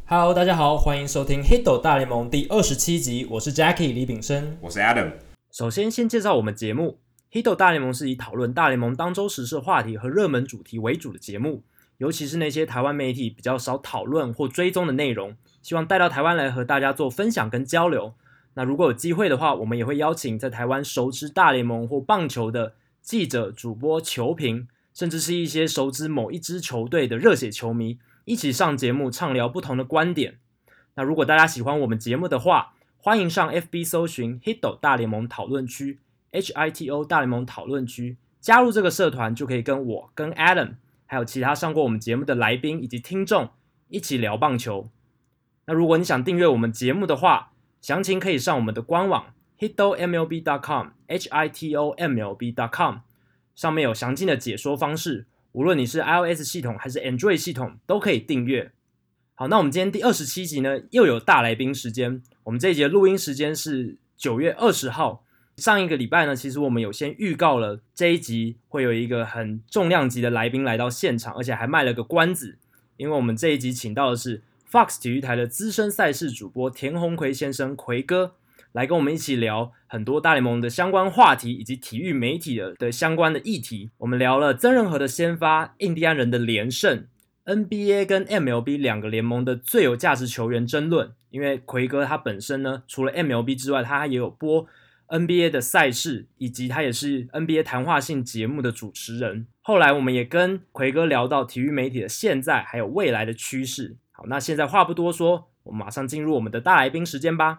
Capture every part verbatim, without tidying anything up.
Hello， 大家好，欢迎收听《Hito 大联盟》第二十七集，我是 Jackie 李炳生， 我是 Adam。 首先，先介绍我们节目。Hito 大联盟是以讨论大联盟当周时事话题和热门主题为主的节目，尤其是那些台湾媒体比较少讨论或追踪的内容，希望带到台湾来和大家做分享跟交流。那如果有机会的话，我们也会邀请在台湾熟知大联盟或棒球的记者、主播、球评，甚至是一些熟知某一支球队的热血球迷，一起上节目畅聊不同的观点。那如果大家喜欢我们节目的话，欢迎上 F B 搜寻 Hito 大联盟讨论区 H I T O 大联盟讨论区，加入这个社团就可以跟我、跟 Adam 还有其他上过我们节目的来宾以及听众一起聊棒球。那如果你想订阅我们节目的话，详情可以上我们的官网 hito M L B dot com H I T O M L B dot com， 上面有详尽的解说方式，无论你是 iOS 系统还是 Android 系统都可以订阅。好，那我们今天第二十七集呢，又有大来宾时间。我们这一节录音时间是九月二十号。上一个礼拜呢，其实我们有先预告了这一集会有一个很重量级的来宾来到现场，而且还卖了个关子，因为我们这一集请到的是 Fox 体育台的资深赛事主播田鸿奎先生，奎哥，来跟我们一起聊很多大联盟的相关话题以及体育媒体 的, 的相关的议题。我们聊了曾仁和的先发，印第安人的连胜， N B A 跟 M L B 两个联盟的最有价值球员争论，因为奎哥他本身呢，除了 M L B 之外，他也有播 N B A 的赛事，以及他也是 N B A 谈话性节目的主持人。后来我们也跟奎哥聊到体育媒体的现在还有未来的趋势。好，那现在话不多说，我们马上进入我们的大来宾时间吧。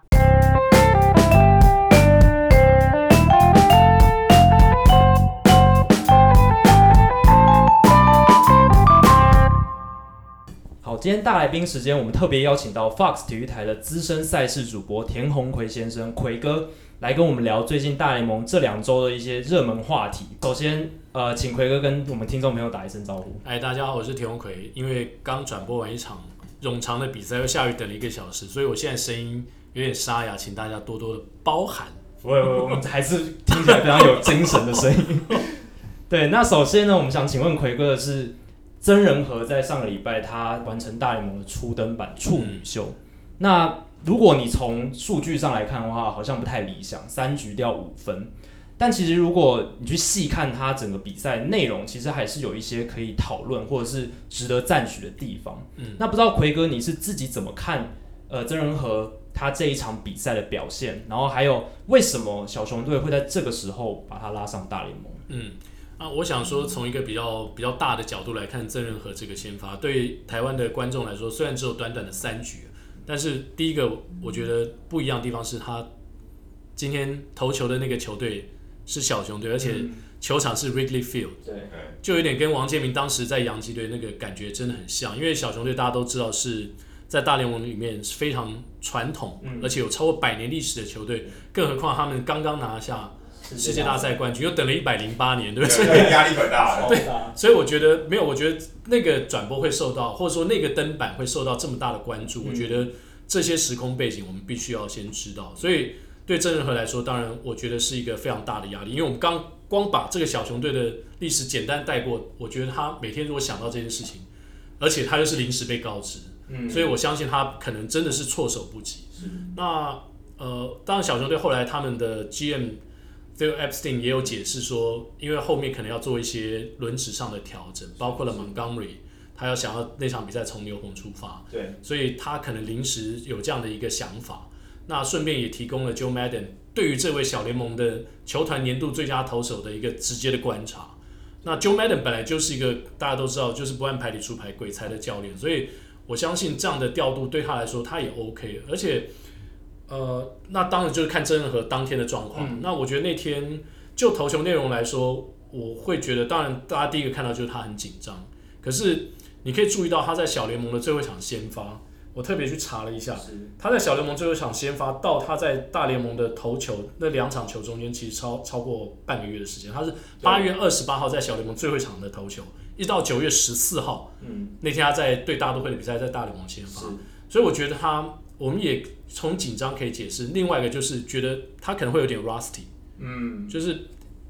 好，今天大来宾时间，我们特别邀请到 Fox 体育台的资深赛事主播田鸿奎先生，奎哥来跟我们聊最近大联盟这两周的一些热门话题。首先，呃，请奎哥跟我们听众朋友打一声招呼。 哎，大家好，我是田鸿奎。因为刚转播完一场冗长的比赛，又下雨等了一个小时，所以我现在声音有点沙哑，请大家多多的包涵。 不会，我们还是听起来非常有精神的声音。对，那首先呢，我们想请问奎哥的是，曾仁和在上个礼拜他完成大联盟的初登板处女秀。嗯、那如果你从数据上来看的话，好像不太理想，三局掉五分。但其实如果你去细看他整个比赛内容，其实还是有一些可以讨论或者是值得赞许的地方。嗯、那不知道奎哥你是自己怎么看呃曾仁和他这一场比赛的表现，然后还有为什么小熊队会在这个时候把他拉上大联盟？ 嗯。啊，我想说，从一个比较比较大的角度来看，曾仁和这个先发，对台湾的观众来说，虽然只有短短的三局，但是第一个我觉得不一样的地方是他今天投球的那个球队是小熊队，而且球场是 Wrigley Field， 对，就有点跟王建民当时在洋基队那个感觉真的很像。因为小熊队大家都知道是在大联盟里面是非常传统，嗯、而且有超过百年历史的球队，更何况他们刚刚拿下世界大赛冠军，又等了一百零八年，对不对？ 对，压力很大。 对，所以我觉得没有，我觉得那个转播会受到，或者说那个登板会受到这么大的关注。嗯、我觉得这些时空背景我们必须要先知道。所以对曾仁和来说，当然我觉得是一个非常大的压力，因为我们刚光把这个小熊队的历史简单带过，我觉得他每天如果想到这件事情，而且他又是临时被告知，嗯、所以我相信他可能真的是措手不及。那呃，当然小熊队后来他们的 G M Phil Epstein 也有解释说，因为后面可能要做一些轮值上的调整，包括了 Montgomery， 他要想要那场比赛从牛棚出发，对，所以他可能临时有这样的一个想法。那顺便也提供了 Joe Madden 对于这位小联盟的球团年度最佳投手的一个直接的观察。那 Joe Madden 本来就是一个大家都知道就是不按牌理出牌鬼才的教练，所以我相信这样的调度对他来说他也 OK， 而且。呃，那当然就是看曾仁和当天的状况。嗯、那我觉得那天就投球内容来说，我会觉得，当然大家第一个看到就是他很紧张。可是你可以注意到他在小联盟的最后一场先发，我特别去查了一下，他在小联盟最后一场先发到他在大联盟的投球那两场球中间，其实超超过半个月的时间。他是八月二十八号在小联盟最后一场的投球，一直到九月十四号，嗯、那天他在对大都会的比赛在大联盟先发，所以我觉得他。我们也从紧张可以解释，另外一个就是觉得他可能会有点 rusty， 嗯，就是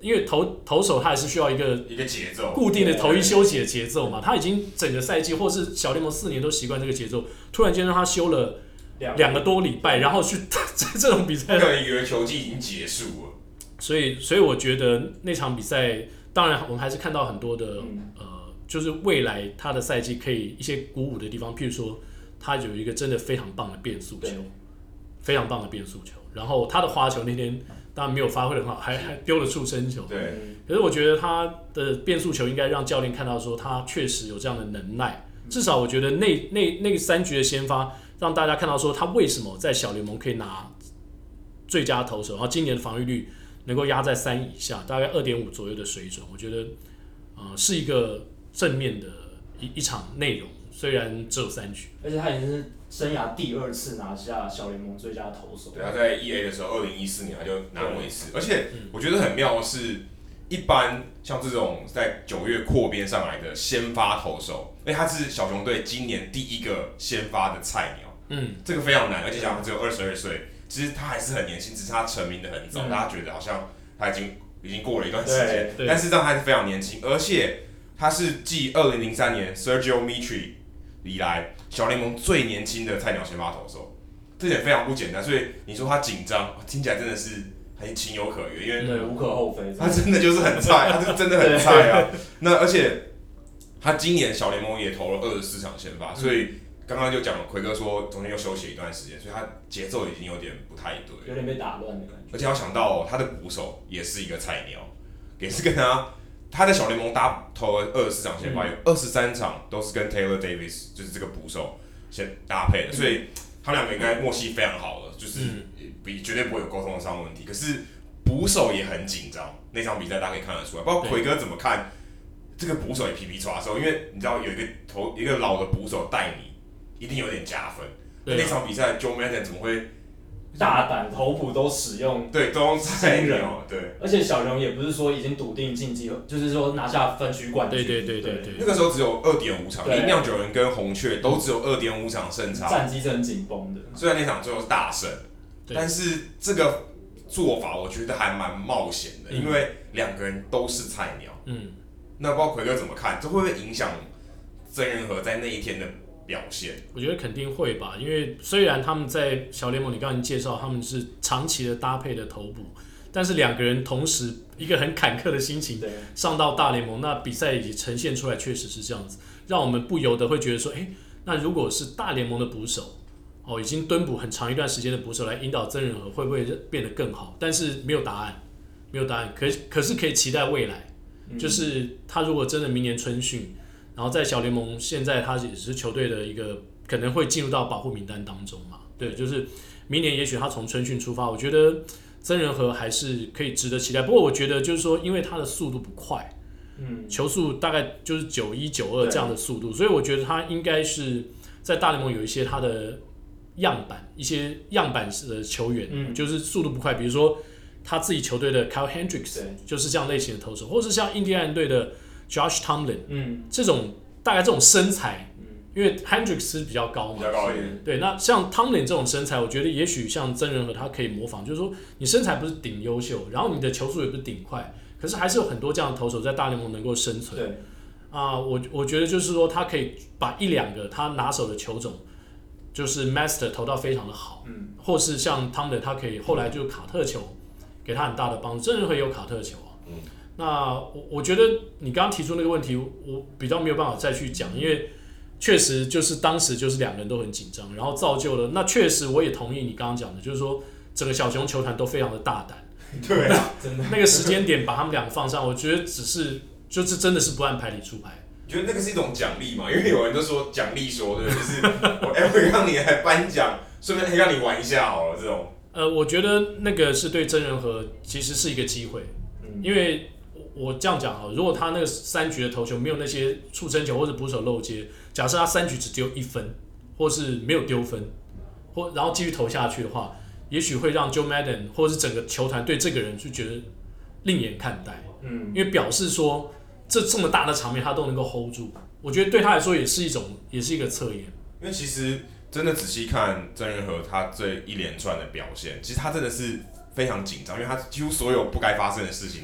因为投投手他还是需要一个一个节奏， 固定的投一休息的节奏嘛。他已经整个赛季或是小联盟四年都习惯这个节奏，突然间让他休了两个多礼拜，然后去在这种比赛， 可能以为球季已经结束了。 所以，所以我觉得那场比赛，当然我们还是看到很多的、嗯、呃，就是未来他的赛季可以一些鼓舞的地方，譬如说他有一个真的非常棒的变速球，非常棒的变速球。然后他的花球那天当然没有发挥得很好，还还丢了触身球。 对。 可是我觉得他的变速球应该让教练看到说他确实有这样的能耐。至少我觉得那那那个三局的先发，让大家看到说他为什么在小联盟可以拿最佳投手，然后今年的防御率能够压在三以下，大概二点五左右的水准。我觉得呃是一个正面的一一场内容，虽然只有三局。 而且他已经是生涯第二次拿下小联盟最佳投手。 对，他在 E A 的时候，二零一四年他就拿过一次。而且我觉得很妙的是，一般像这种在九月扩编上来的先发投手，因为他是小熊队今年第一个先发的菜鸟， 嗯， 这个非常难，而且讲他只有二十二岁，其实他还是很年轻，只是他成名的很早，嗯、大家觉得好像他已经已经过了一段时间，但事实上他还是非常年轻，而且他是继二零零三年 Sergio Mitri 以来小联盟最年轻的菜鸟先发投手，这点非常不简单。所以你说他紧张，听起来真的是很情有可原，因为对无可厚非， 他真的就是很菜，他是真的很菜啊。那而且他今年小联盟也投了二十四场先发，所以刚刚就讲了，奎哥说中间又休息一段时间，所以他节奏已经有点不太对， 有点被打乱的感觉。 而且要想到、哦、他的捕手也是一个菜鸟，也是跟他他在小联盟搭投了二十四场先发，有二十三场都是跟 Taylor Davis 就是这个捕手先搭配的，所以他们两个应该默契非常好了，就是比绝对不会有沟通上的问题。可是捕手也很紧张，那场比赛大家可以看得出来，不知道奎哥怎么看这个捕手也皮皮抓的时候，因为你知道有一个投一个老的捕手带你，一定有点加分。那、啊、那场比赛 Joe Maddon 怎么会大胆投捕都使用？ 对，都用菜鸟，对。 而且小熊也不是说已经笃定晋级，就是说拿下分区冠军。 对对对对对。 那个时候只有二点五场，银酿酒人跟红雀都只有二点五场胜差， 战绩是很紧绷的。 虽然那场最后是大胜，但是这个做法我觉得还蛮冒险的，嗯、因为两个人都是菜鸟。嗯。那不知道奎哥怎么看？这会不会影响曾仁和在那一天的表现？ 我觉得肯定会吧，因为虽然他们在小联盟，你刚刚介绍他们是长期的搭配的投捕，但是两个人同时一个很坎坷的心情上到大联盟，那比赛也呈现出来确实是这样子，让我们不由得会觉得说，哎，那如果是大联盟的捕手，哦，已经蹲捕很长一段时间的捕手来引导曾仁和，会不会变得更好？但是没有答案，没有答案，可可是可以期待未来。就是他如果真的明年春训，然后在小联盟，现在他也是球队的一个可能会进入到保护名单当中嘛。对，就是明年也许他从春训出发，我觉得曾仁和还是可以值得期待。不过我觉得就是说，因为他的速度不快，嗯，球速大概就是九一九二这样的速度，所以我觉得他应该是在大联盟有一些他的样板，一些样板的球员，嗯，就是速度不快，比如说。他自己球队的 Kyle Hendricks 就是这样类型的投手，或者是像印第安人队的 Josh Tomlin， 嗯，这种大概这种身材，嗯，因为 Hendricks 是比较高嘛， 比较高一点， 对，那像 Tomlin 这种身材，我觉得也许像曾仁和他可以模仿，就是说你身材不是顶优秀，然后你的球速也不是顶快，可是还是有很多这样的投手在大联盟能够生存，对，啊、呃，我我觉得就是说他可以把一两个他拿手的球种，就是 master 投到非常的好，嗯，或是像 Tomlin 他可以后来就卡特球。给他很大的帮助，曾仁和也有卡特球啊。嗯、那我我觉得你刚刚提出那个问题，我比较没有办法再去讲，因为确实就是当时就是两个人都很紧张，然后造就了。那确实我也同意你刚刚讲的，就是说整个小熊球团都非常的大胆。 对啊， 真的。那个时间点把他们两个放上，我觉得只是就是真的是不按牌理出牌。 你觉得那个是一种奖励嘛？因为有人都说奖励说的，就是我哎会让你来颁奖，顺便让你玩一下好了这种。 呃，我觉得那个是对曾仁和其实是一个机会，嗯、因为我这样讲哈，如果他那个三局的投球没有那些触身球或者捕手漏接，假设他三局只丢一分，或是没有丢分，或然后继续投下去的话，也许会让 Joe Maddon 或是整个球团对这个人就觉得另眼看待，嗯，因为表示说这这么大的场面他都能够 hold 住，我觉得对他来说也是一种也是一个测验， 因为其实。真的仔细看曾仁和他这一连串的表现，其实他真的是非常紧张，因为他几乎所有不该发生的事情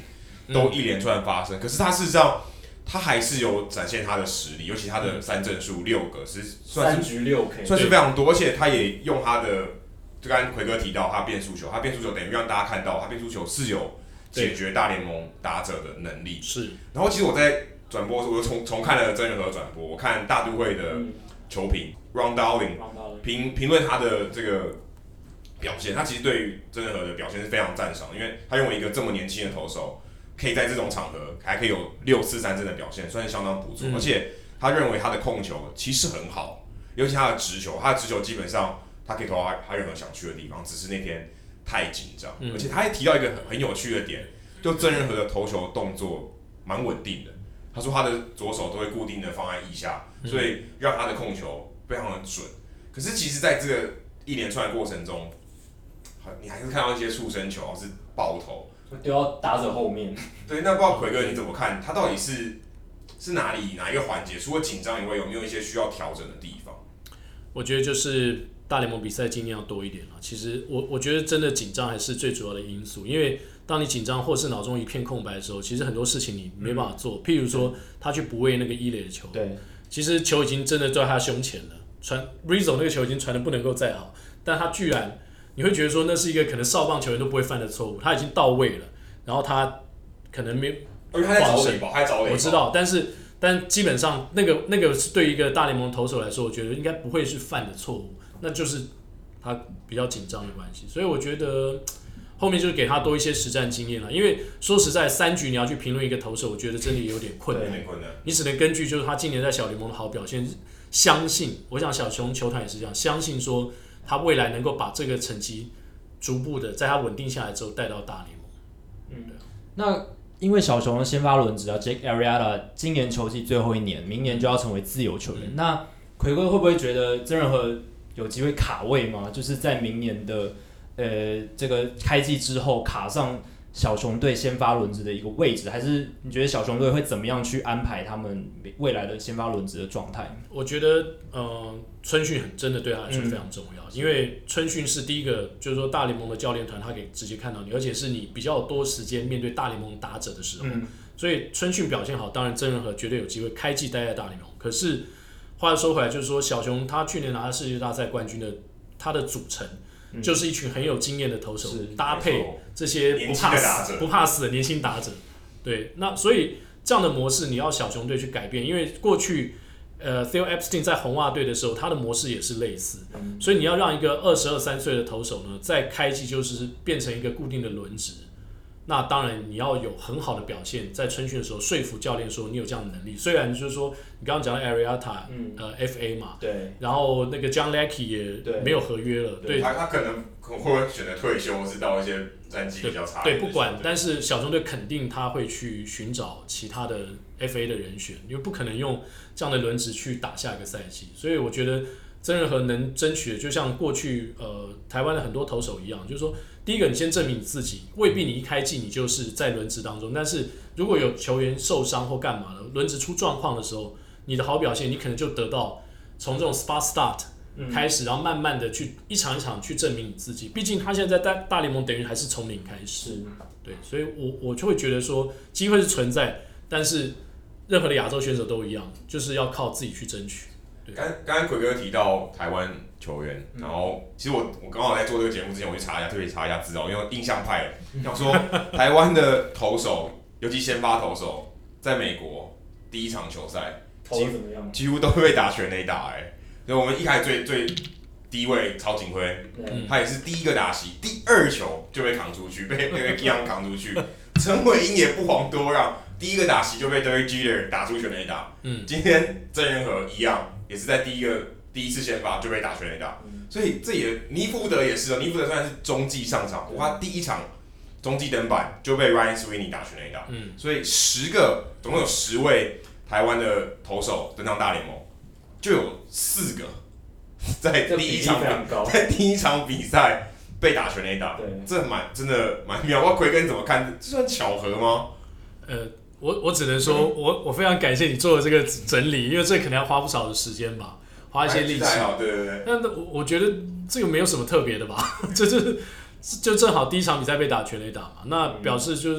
都一连串发生，嗯、可是他事实上他还是有展现他的实力，尤其他的三振数六个是算是三局六 K， 算是非常多，而且他也用他的，就刚刚奎哥提到他变速球，他变速球等于让大家看到他变速球是有解决大联盟打者的能力。 是，然后其实我在转播，我重重看了真人和转播，我看大都会的球评 Ron Darling 评评论他的这个表现，他其实对于真人和的表现是非常赞赏，因为他认为一个这么年轻的投手，可以在这种场合还可以有六次三振的表现，算是相当不错。嗯、而且他认为他的控球其实很好，尤其他的直球，他的直球基本上他可以投到他任何想去的地方，只是那天太紧张。嗯、而且他还提到一个很很有趣的点，就真人和的投球动作蛮稳定的。他说他的左手都会固定的放在腋下，所以让他的控球非常的准。可是其实在这个一连串的过程中，你还是看到一些触身球是爆头， 丢到打者后面。 对，那不知道奎哥你怎么看？他到底是是哪里哪一个环节？除了紧张以外，有没有一些需要调整的地方？ 我觉得就是大联盟比赛经验要多一点了。其实我我觉得真的紧张还是最主要的因素，因为当你紧张或是脑中一片空白的时候，其实很多事情你没办法做。嗯、譬如说他去补位那个一垒的球， 对， 其实球已经真的在他胸前了，传 Rizzo 那个球已经传的不能够再好，但他居然你会觉得说那是一个可能少棒球员都不会犯的错误，他已经到位了，然后他可能没， 因为他在找垒包，他在找垒包， 我知道，但是但基本上那个那个是对于一个大联盟投手来说，我觉得应该不会是犯的错误，那就是他比较紧张的关系，所以我觉得后面就是给他多一些实战经验了。因为说实在，三局你要去评论一个投手，我觉得真的有点困难。你只能根据就是他今年在小联盟的好表现，相信我想小熊球团也是这样，相信说他未来能够把这个成绩逐步的在他稳定下来之后带到大联盟。 嗯，对。那因为小熊的先发轮值啊 ，Jake Arrieta 今年球季最后一年，明年就要成为自由球员。嗯、那奎哥会不会觉得曾仁和有机会卡位吗？就是在明年的呃这个开季之后卡上小熊队先发轮值的一个位置，还是你觉得小熊队会怎么样去安排他们未来的先发轮值的状态？ 我觉得呃春训真的对他来说非常重要，嗯、因为春训是第一个，就是说大联盟的教练团他可以直接看到你，而且是你比较多时间面对大联盟打者的时候，嗯、所以春训表现好，当然曾仁和绝对有机会开季待在大联盟。可是话又说回来，就是说小熊他去年拿到世界大赛冠军的，他的组成。嗯、就是一群很有经验的投手，搭配这些不怕死、不怕死的年轻打者。对，那所以这样的模式你要小熊队去改变，因为过去呃 Theo Epstein 在红袜队的时候，他的模式也是类似，嗯、所以你要让一个二十二三岁的投手呢，在开季就是变成一个固定的轮值。那当然你要有很好的表现，在春训的时候说服教练说你有这样的能力。虽然就是说你刚刚讲的 Arrieta，嗯、呃 F A 嘛， 对， 然后那个 John Lackey 也没有合约了，对， 对他他可能会不会选择退休，是到一些战绩比较差的对，对，不管，但是小熊队肯定他会去寻找其他的 F A 的人选，因为不可能用这样的轮值去打下一个赛季，所以我觉得曾仁和能争取的，就像过去呃台湾的很多投手一样，就是说，第一个你先证明你自己，未必你一开季你就是在轮值当中，但是如果有球员受伤或干嘛的，轮值出状况的时候，你的好表现，你可能就得到从这种 spot start 开始，嗯、然后慢慢的去一场一场去证明你自己。毕竟他现在在大大联盟等于还是从零开始，对，所以我我就会觉得说机会是存在，但是任何的亚洲选手都一样，就是要靠自己去争取。 刚刚刚奎哥提到台湾球员，嗯、然后其实我我刚好在做这个节目之前，我去查一下，特别查一下资料，因为印象派想说台湾的投手，尤其先发投手，在美国第一场球赛投得怎么样？ 几乎都会被打全垒打哎、欸，所以我们一开始最最第一位曹景辉，嗯、他也是第一个打席，第二球就被扛出去，被那个 Giang 扛出去，陈伟英也不遑多让，第一个打席就被 Derek Jeter 打出全垒打。嗯，今天曾仁和一样。也是在第一个第一次先发就被打全垒打，嗯、所以这也尼福德也是哦，尼福德虽然是中继上场，他第一场中继登板就被 Ryan Sweeney 打全垒打，嗯、所以十个总共有十位台湾的投手登上大联盟，就有四个在第一场在第一场比赛被打全垒打，这蛮真的蛮妙。我奎哥你怎么看？这算巧合吗？ 呃。我我只能说，我我非常感谢你做的这个整理，因为这可能要花不少的时间吧，花一些力气。 对对对。 那我我觉得这个没有什么特别的吧，这就是就正好第一场比赛被打全垒打嘛，那表示就是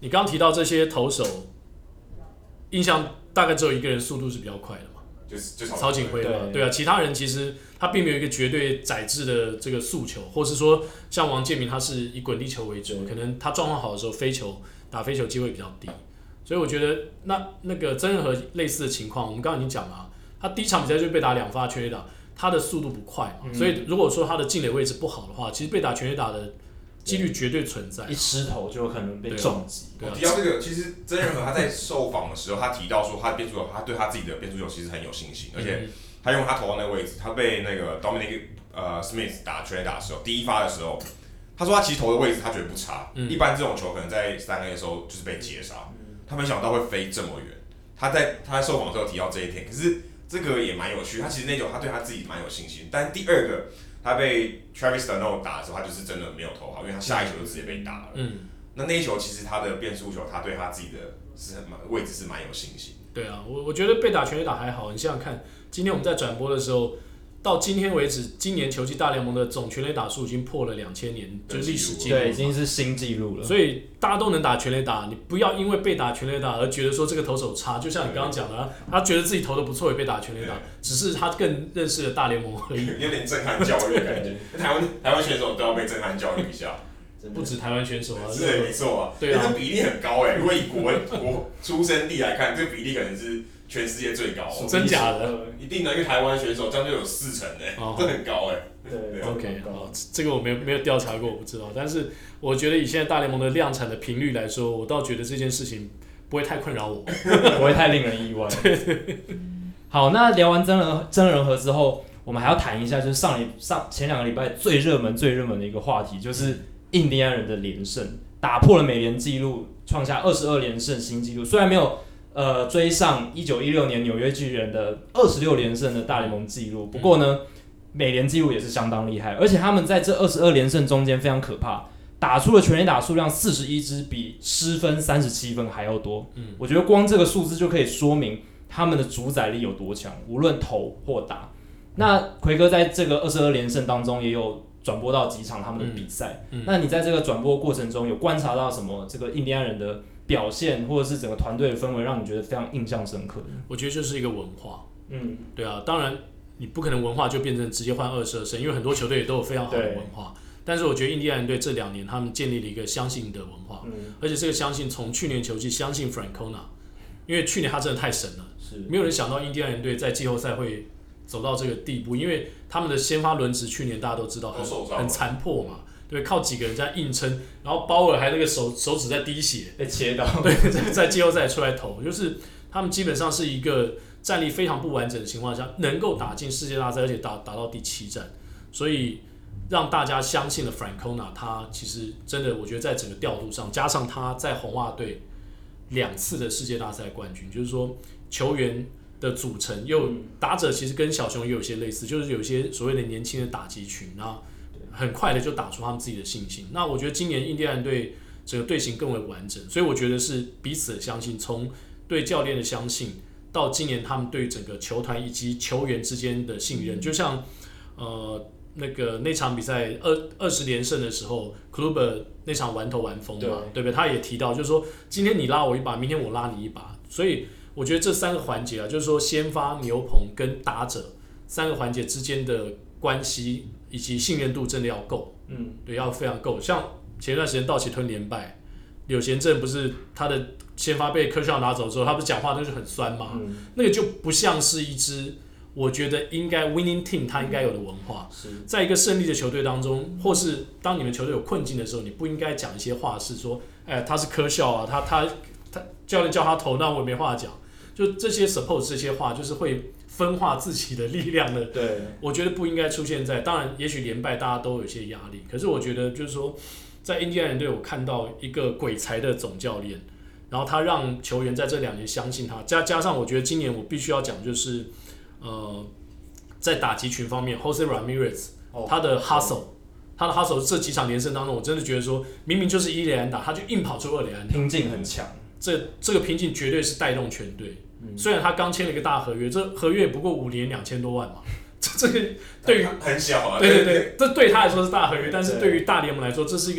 你刚提到这些投手，印象大概只有一个人速度是比较快的嘛， 就是就曹景辉嘛， 对对啊，其他人其实他并没有一个绝对宰制的这个诉求，或是说像王建民他是以滚地球为主，可能他状况好的时候飞球打飞球机会比较低，所以我觉得那那个曾仁和类似的情况，我们刚刚已经讲了，他第一场比赛就被打两发全垒打，他的速度不快嘛，嗯、所以如果说他的进垒位置不好的话，其实被打全垒打的几率绝对存在， 一失头就有可能被重击。 我提到这个，其实曾仁和他在受访的时候，他提到说他变速球，他对他自己的变速球其实很有信心，而且他用他投到那个位置，他被那个 Dominic 呃 Smith 打全垒打的时候，第一发的时候，他说他其实投的位置他觉得不差，嗯、一般这种球可能在三 A 的时候就是被截杀，嗯、他没想到会飞这么远。他在他在受访的时候提到这一点，可是这个也蛮有趣，他其实那球他对他自己蛮有信心，但第二个。他被 Travis D'Arnaud 打的时候，他就是真的没有投好，因为他下一球就直接被打了。嗯，那那一球其实他的变速球，他对他自己的是蛮位置是蛮有信心。 对啊，我我觉得被打全垒打还好，你想想看，今天我们在转播的时候，到今天为止，今年球季大联盟的总全垒打数已经破了两千年，就是历史纪录， 对，已经是新纪录了。 所以大家都能打全垒打，你不要因为被打全垒打而觉得说这个投手差，就像你刚刚讲的，他觉得自己投的不错也被打全垒打，只是他更认识了大联盟而已。 有点震撼教育的感觉，台湾台湾选手都要被震撼教育一下。 不止台湾选手啊， 是没错啊，对啊，这比例很高哎。如果以国国出生地来看，这个比例可能是全世界最高。 真假的？ 一定的，因为台湾选手这样就有四成哎，哦、这很高哎。 对 ，OK， 好，这个我没有没有调查过，我不知道。但是我觉得以现在大联盟的量产的频率来说，我倒觉得这件事情不会太困扰我， 不会太令人意外。好，那聊完真人真人和之后，我们还要谈一下，就是上礼上前两个礼拜最热门最热门的一个话题，就是印第安人的连胜，打破了美联纪录，创下二十二连胜新纪录。虽然没有呃追上一九一六年纽约巨人的二十六连胜的大联盟纪录，不过呢，美联纪录也是相当厉害，而且他们在这二十二连胜中间非常可怕，打出了全垒打数量四十一支，比失分三十七分还要多。嗯，我觉得光这个数字就可以说明他们的主宰力有多强，无论投或打。那奎哥在这个二十二连胜当中也有转播到几场他们的比赛，嗯嗯、那你在这个转播过程中有观察到什么这个印第安人的表现，或者是整个团队的氛围，让你觉得非常印象深刻？ 我觉得就是一个文化，嗯，对啊，当然你不可能文化就变成直接换二十二胜，因为很多球队也都有非常好的文化。但是我觉得印第安人队这两年他们建立了一个相信的文化，嗯、而且这个相信从去年球季相信 Francona， 因为去年他真的太神了，是没有人想到印第安人队在季后赛会走到这个地步，因为他们的先发轮值去年大家都知道 很, 很残破嘛，对，靠几个人在硬撑，然后鲍尔还那个手手指在滴血， 被切到， 对，在在季后赛出来投，就是他们基本上是一个战力非常不完整的情况下，能够打进世界大赛，而且打打到第七战，所以让大家相信了 Francona， 他其实真的，我觉得在整个调度上，加上他在红袜队两次的世界大赛冠军，就是说球员的组成，又打者其实跟小熊也有些类似，就是有一些所谓的年轻的打击群，然后很快的就打出他们自己的信心。那我觉得今年印第安队整个队形更为完整，所以我觉得是彼此的相信，从对教练的相信，到今年他们对整个球团以及球员之间的信任，就像呃那个那场比赛二二十连胜的时候 ，Kluber 那场完投完封嘛， 对, 对不对？他也提到，就是说今天你拉我一把，明天我拉你一把，所以我觉得这三个环节啊，就是说先发、牛棚跟打者三个环节之间的关系以及信任度真的要够，嗯，对，要非常够。像前一段时间道奇吞连败，柳贤镇不是他的先发被科肖拿走之后，他不是讲话都是很酸吗？嗯、那个就不像是一支我觉得应该 winning team 他应该有的文化。在一个胜利的球队当中，或是当你们球队有困境的时候，你不应该讲一些话是说，哎，他是科肖啊，他他他教练叫他投，那我也没话讲。就这些 support 这些话，就是会分化自己的力量的。对，我觉得不应该出现在。当然，也许连败大家都有一些压力，可是我觉得就是说，在印第安人队，我看到一个鬼才的总教练，然后他让球员在这两年相信他，加加上我觉得今年我必须要讲，就是呃，在打击群方面 ，Jose Ramirez、哦、他的 hustle， 他的 hustle 这几场连胜当中，我真的觉得说，明明就是一垒安打，他就硬跑出二垒安打， 拼劲很强。 这这个拼劲绝对是带动全队。嗯、虽然他刚签了一个大合约，这合约也不过五年两千多万嘛，这这个对于很小啊， 对对对，这对他来说是大合约，但是对于大联盟来说，这是一个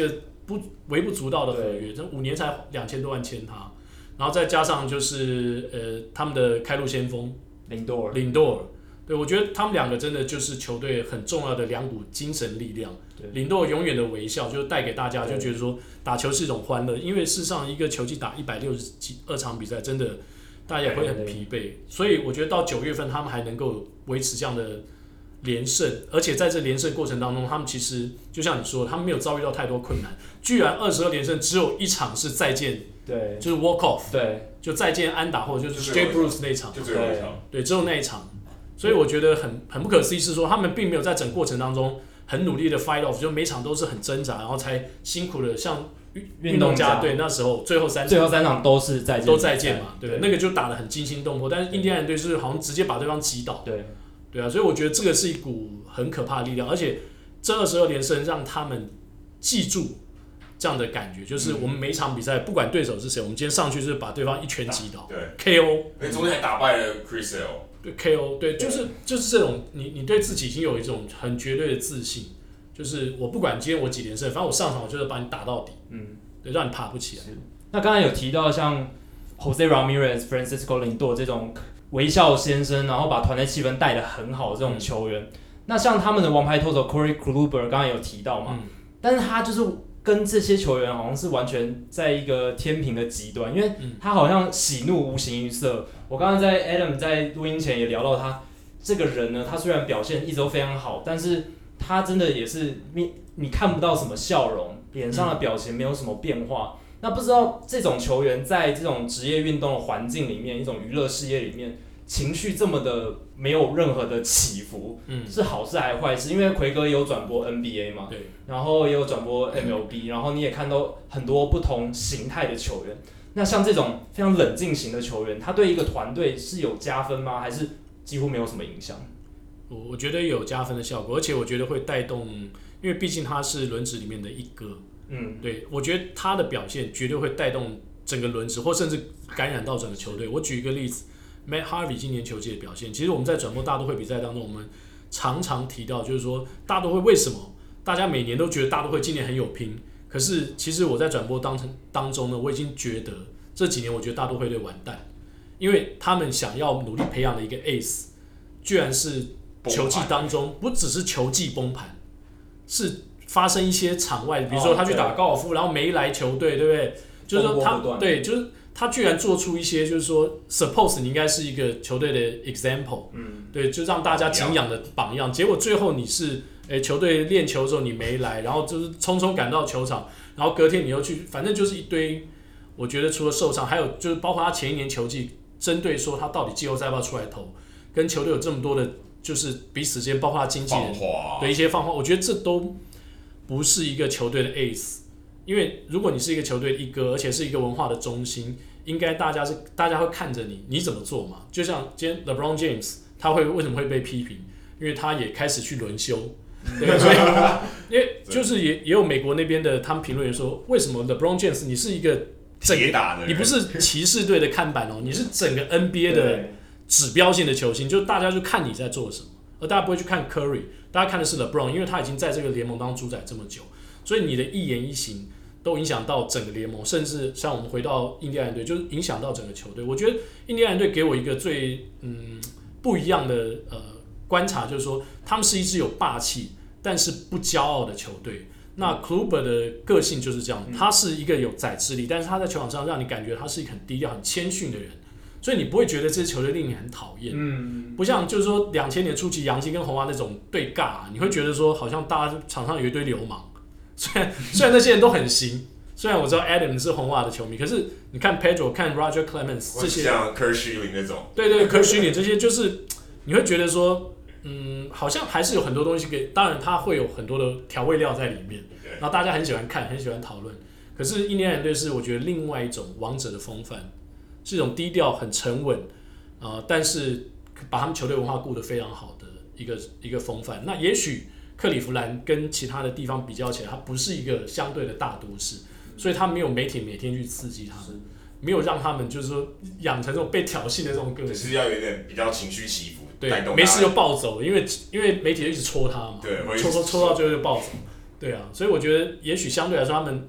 不微不足道的合约，这五年才两千多万签他，然后再加上就是呃他们的开路先锋林多尔， 林多尔，对我觉得他们两个真的就是球队很重要的两股精神力量。林多尔永远的微笑，就带给大家就觉得说打球是一种欢乐，因为事实上一个球季打一百六十二场比赛，真的大家也会很疲惫，所以我觉得到九月份他们还能够维持这样的连胜，而且在这连胜过程当中，他们其实就像你说，他们没有遭遇到太多困难，居然二十二连胜只有一场是再见， 对， 就是 walk off， 对， 就再见安打或者就是 Jay Bruce 那一场， 就只有一场， 对，只有那一场，所以我觉得很很不可思议是说，他们并没有在整个过程当中很努力的 fight off， 就每场都是很挣扎，然后才辛苦的像运动家队那时候最后三场， 最后三场都是再见， 都再见嘛，对，那个就打得很惊心动魄，但是印第安人队是好像直接把对方击倒， 对。 对啊，所以我觉得这个是一股很可怕的力量，而且这二十二连胜让他们记住这样的感觉，就是我们每一场比赛，不管对手是谁，我们今天上去就是把对方一拳击倒， 对 ，K O， 哎，昨天还打败了 Chris Sale， 对 K O， 对，就是就是这种，你你对自己已经有一种很绝对的自信，就是我不管今天我几连胜，反正我上场我就是把你打到底，嗯，对，让你爬不起来。 那刚才有提到像 Jose Ramirez、Francisco Lindor 这种微笑先生，然后把团队气氛带得很好的这种球员，嗯、那像他们的王牌投手 Corey Kluber 刚才有提到嘛，嗯、但是他就是跟这些球员好像是完全在一个天平的极端，因为他好像喜怒无形于色。我刚刚在 Adam 在录音前也聊到他这个人呢，他虽然表现一直都非常好，但是他真的也是你你看不到什么笑容，脸上的表情没有什么变化。嗯那不知道这种球员在这种职业运动的环境里面，一种娱乐事业里面，情绪这么的没有任何的起伏，嗯、是好事还是坏事？因为奎哥也有转播 N B A 嘛，对，然后也有转播 M L B， 然后你也看到很多不同形态的球员。那像这种非常冷静型的球员，他对一个团队是有加分吗？还是几乎没有什么影响？ 我我觉得有加分的效果，而且我觉得会带动，因为毕竟他是轮值里面的一哥。嗯，对，我觉得他的表现绝对会带动整个轮值，或甚至感染到整个球队。我举一个例子 ，Matt Harvey 今年球季的表现，其实我们在转播大都会比赛当中，我们常常提到，就是说大都会为什么大家每年都觉得大都会今年很有拼，可是其实我在转播当当中呢，我已经觉得这几年我觉得大都会队完蛋，因为他们想要努力培养的一个 ace， 居然是球季当中不只是球季崩盘，是发生一些场外，比如说他去打高尔夫，然后没来球队，对不对？就是说他对，就是他居然做出一些，就是说 ，suppose 你应该是一个球队的 example， 嗯，对，就让大家敬仰的榜样。结果最后你是，诶，球队练球的时候你没来，然后就是匆匆赶到球场，然后隔天你又去，反正就是一堆。我觉得除了受伤，还有就是包括他前一年球季，针对说他到底季后赛要不要出来投，跟球队有这么多的，就是彼此之间，包括他经纪人的一些放话，我觉得这都不是一个球队的 ace， 因为如果你是一个球队的一哥，而且是一个文化的中心，应该大家是大家会看着你，你怎么做嘛？就像今天 LeBron James， 他会为什么会被批评？因为他也开始去轮休，对，所以因为就是也也有美国那边的他们评论员说，为什么 LeBron James 你是一个整个，你不是骑士队的看板哦，你是整个 N B A 的指标性的球星，就大家就看你在做什么。而大家不会去看 Curry， 大家看的是 LeBron， 因为他已经在这个联盟当中主宰这么久，所以你的一言一行都影响到整个联盟，甚至像我们回到印第安人队，就是影响到整个球队。我觉得印第安人队给我一个最嗯不一样的呃观察，就是说他们是一支有霸气但是不骄傲的球队。那 Kluber 的个性就是这样，他是一个有宰制力，但是他在球场上让你感觉他是一个很低调、很谦逊的人。所以你不会觉得这支球队令你很讨厌，嗯，不像就是说两千年初期洋基跟红袜那种对尬，你会觉得说好像大家场上有一堆流氓，虽然虽然那些人都很行，虽然我知道 Adam 是红袜的球迷，可是你看 Pedro 看 Roger Clemens 这些， 像 Kurt Schilling 那种， 对对 Kurt Schilling 这些就是你会觉得说，嗯，好像还是有很多东西可以，当然它会有很多的调味料在里面，然后大家很喜欢看，很喜欢讨论，可是印第安人队是我觉得另外一种王者的风范。是一种低调、很沉稳，呃，但是把他们球队文化顾得非常好的一个一个风范。那也许克利夫兰跟其他的地方比较起来，它不是一个相对的大都市，所以他没有媒体每天去刺激他们，没有让他们就是说养成这种被挑衅的这种个性。 只是要有一点比较情绪起伏， 对，没事就暴走，因为因为媒体就一直戳他嘛， 对， 戳戳戳到最后就暴走。对啊，所以我觉得也许相对来说他们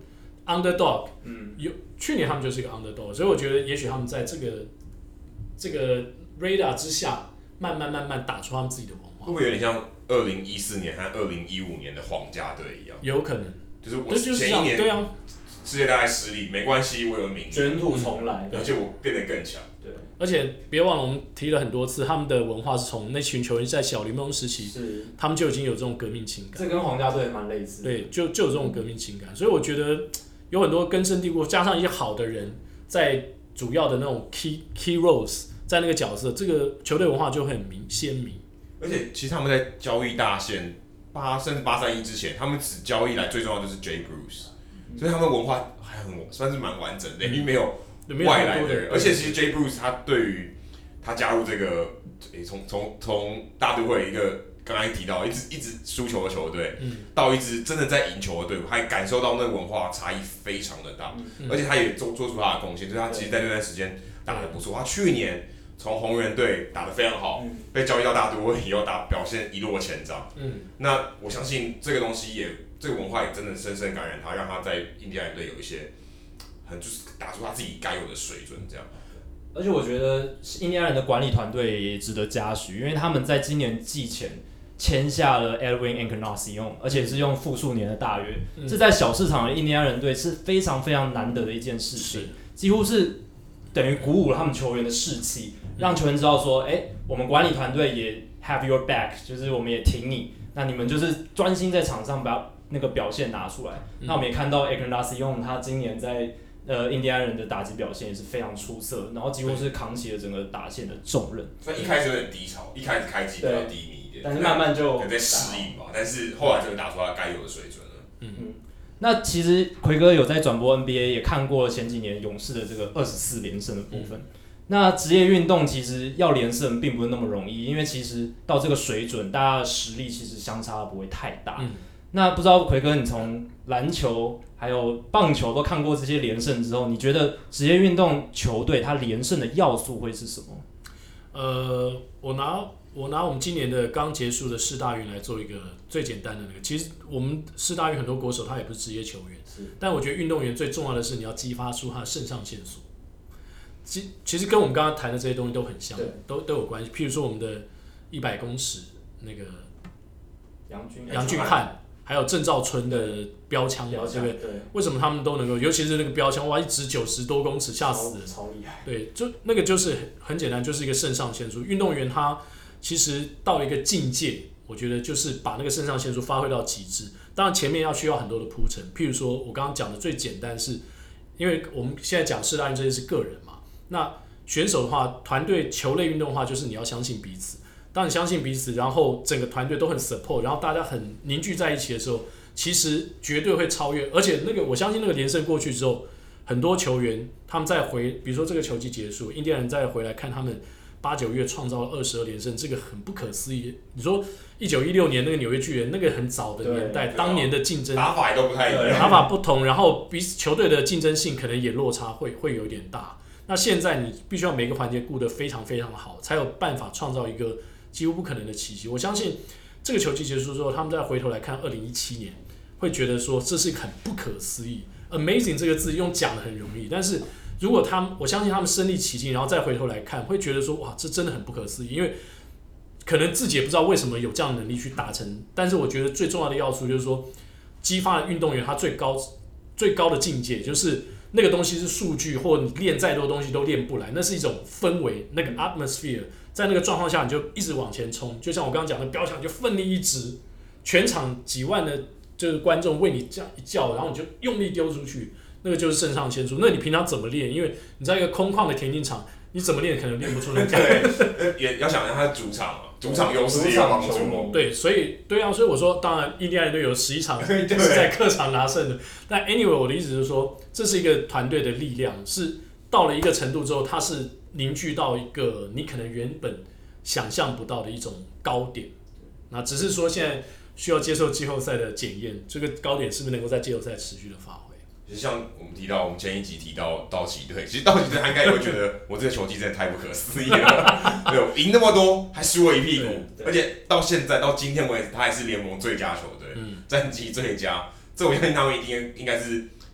underdog， 嗯， 有去年他们就是一个 underdog， 所以我觉得也许他们在这个这个 radar 之下，慢慢慢慢打出他们自己的文化。 会不会有点像二零一四年和二零一五年的皇家队一样？ 有可能， 就是我就是前一年对啊， 世界大赛失利没关系，我有名利， 卷土重来， 而且我变得更强。 对， 而且别忘了我们提了很多次，他们的文化是从那群球员在小联盟时期， 是他们就已经有这种革命情感。 这跟皇家队蛮类似的。 对，就就有这种革命情感，所以我觉得有很多根深蒂固，加上一些好的人在主要的那种 key key roles 在那个角色，这个球队文化就会很明鲜明。 而且其实他们在交易大限八甚至八三一之前，他们只交易来最重要就是 Jay Bruce，、嗯、所以他们文化还很算是蛮完整的，因为没有外来的人，而且其实 Jay Bruce 他对于他加入这个从从从大都会一个刚才提到一直一直输球的球队，嗯、到一支真的在赢球的队伍，他也感受到那个文化差异非常的大，嗯、而且他也做做出他的贡献，就是他其实在那段时间打得不错，他去年。从红人队打得非常好，嗯、被交易到大都会以后打表现一落千丈。嗯，那我相信这个东西也，这个文化也真的深深感染他，让他在印第安人队有一些很就是打出他自己该有的水准这样。 而且我觉得印第安人的管理团队也值得嘉许，因为他们在今年季前签下了 Edwin Encarnacion， 而且是用复数年的大约，嗯、这在小市场的印第安人队是非常非常难得的一件事情，几乎是等于鼓舞了他们球员的士气。让球员知道说，哎、欸，我们管理团队也 have your back， 就是我们也挺你，那你们就是专心在场上把那个表现拿出来。嗯、那我们也看到 Encarnacion 他今年在呃印第安人的打击表现也是非常出色，然后几乎是扛起了整个打线的重任。 所以一开始有点低潮，一开始开机比较低迷一点， 但是慢慢就在适应吧。但是后来真的打出他该有的水准了。 嗯嗯。那其实奎哥有在转播 N B A， 也看过前几年勇士的这个二十四连胜的部分。嗯那职业运动其实要连胜并不是那么容易，因为其实到这个水准，大家的实力其实相差不会太大。嗯、那不知道奎哥，你从篮球还有棒球都看过这些连胜之后，你觉得职业运动球队它连胜的要素会是什么？ 呃，我拿我拿我们今年的刚结束的世大运来做一个最简单的那个。其实我们世大运很多国手他也不是职业球员，但我觉得运动员最重要的是你要激发出他的肾上腺素。其其实跟我们刚刚谈的这些东西都很像，都都有关系。譬如说我们的一百公尺那个杨俊杨俊翰，还有郑兆春的标枪，对不对？对。为什么他们都能够，尤其是那个标枪，哇，一直九十多公尺，吓死人， 超厉害。 对，就那个就是很简单，就是一个肾上腺素。运动员他其实到一个境界，我觉得就是把那个肾上腺素发挥到极致。当然前面要需要很多的铺陈，譬如说我刚刚讲的最简单是，因为我们现在讲世大运这些是个人嘛。那选手的话，团队球类运动的话，就是你要相信彼此。当你相信彼此，然后整个团队都很 support， 然后大家很凝聚在一起的时候，其实绝对会超越。而且那个我相信那个连胜过去之后，很多球员他们再回，比如说这个球季结束，印第安人再回来看他们八九月创造了二十二连胜，这个很不可思议。你说一九一六年那个纽约巨人那个很早的年代，当年的竞争打法也都不太一样， 打法不同，然后彼此球队的竞争性可能也落差会会有一点大。那现在你必须要每个环节顾得非常非常好，才有办法创造一个几乎不可能的奇迹。我相信这个球季结束之后，他们再回头来看二零一七年，会觉得说这是很不可思议。Amazing 这个字用讲的很容易，但是如果他们，我相信他们身临其境，然后再回头来看，会觉得说哇，这真的很不可思议，因为可能自己也不知道为什么有这样的能力去达成。但是我觉得最重要的要素就是说，激发了运动员他最高最高的境界，就是那个东西是数据，或你练再多东西都练不来，那是一种氛围，那个 atmosphere， 在那个状况下你就一直往前冲，就像我刚刚讲的，标枪就奋力一直，全场几万的就是观众为你这样一叫，然后你就用力丢出去，那个就是肾上腺素。那你平常怎么练？因为你在一个空旷的田径场，你怎么练可能练不出那个。 对，也要想让他主场，主场优势也有帮助。 对，所以对啊，所以我说，当然印第安人队有十一场是在客场拿胜的。但 anyway， 我的意思是说，这是一个团队的力量，是到了一个程度之后，它是凝聚到一个你可能原本想象不到的一种高点。那只是说现在需要接受季后赛的检验，这个高点是不是能够在季后赛持续的发挥？ 其实像我们提到，我们前一集提到道奇队，其实道奇队他应该也会觉得我这个球季真的太不可思议了，对，赢那么多还输我一屁股，而且到现在到今天为止，他还是联盟最佳球队，嗯、战绩最佳，这我相信他们一定应该是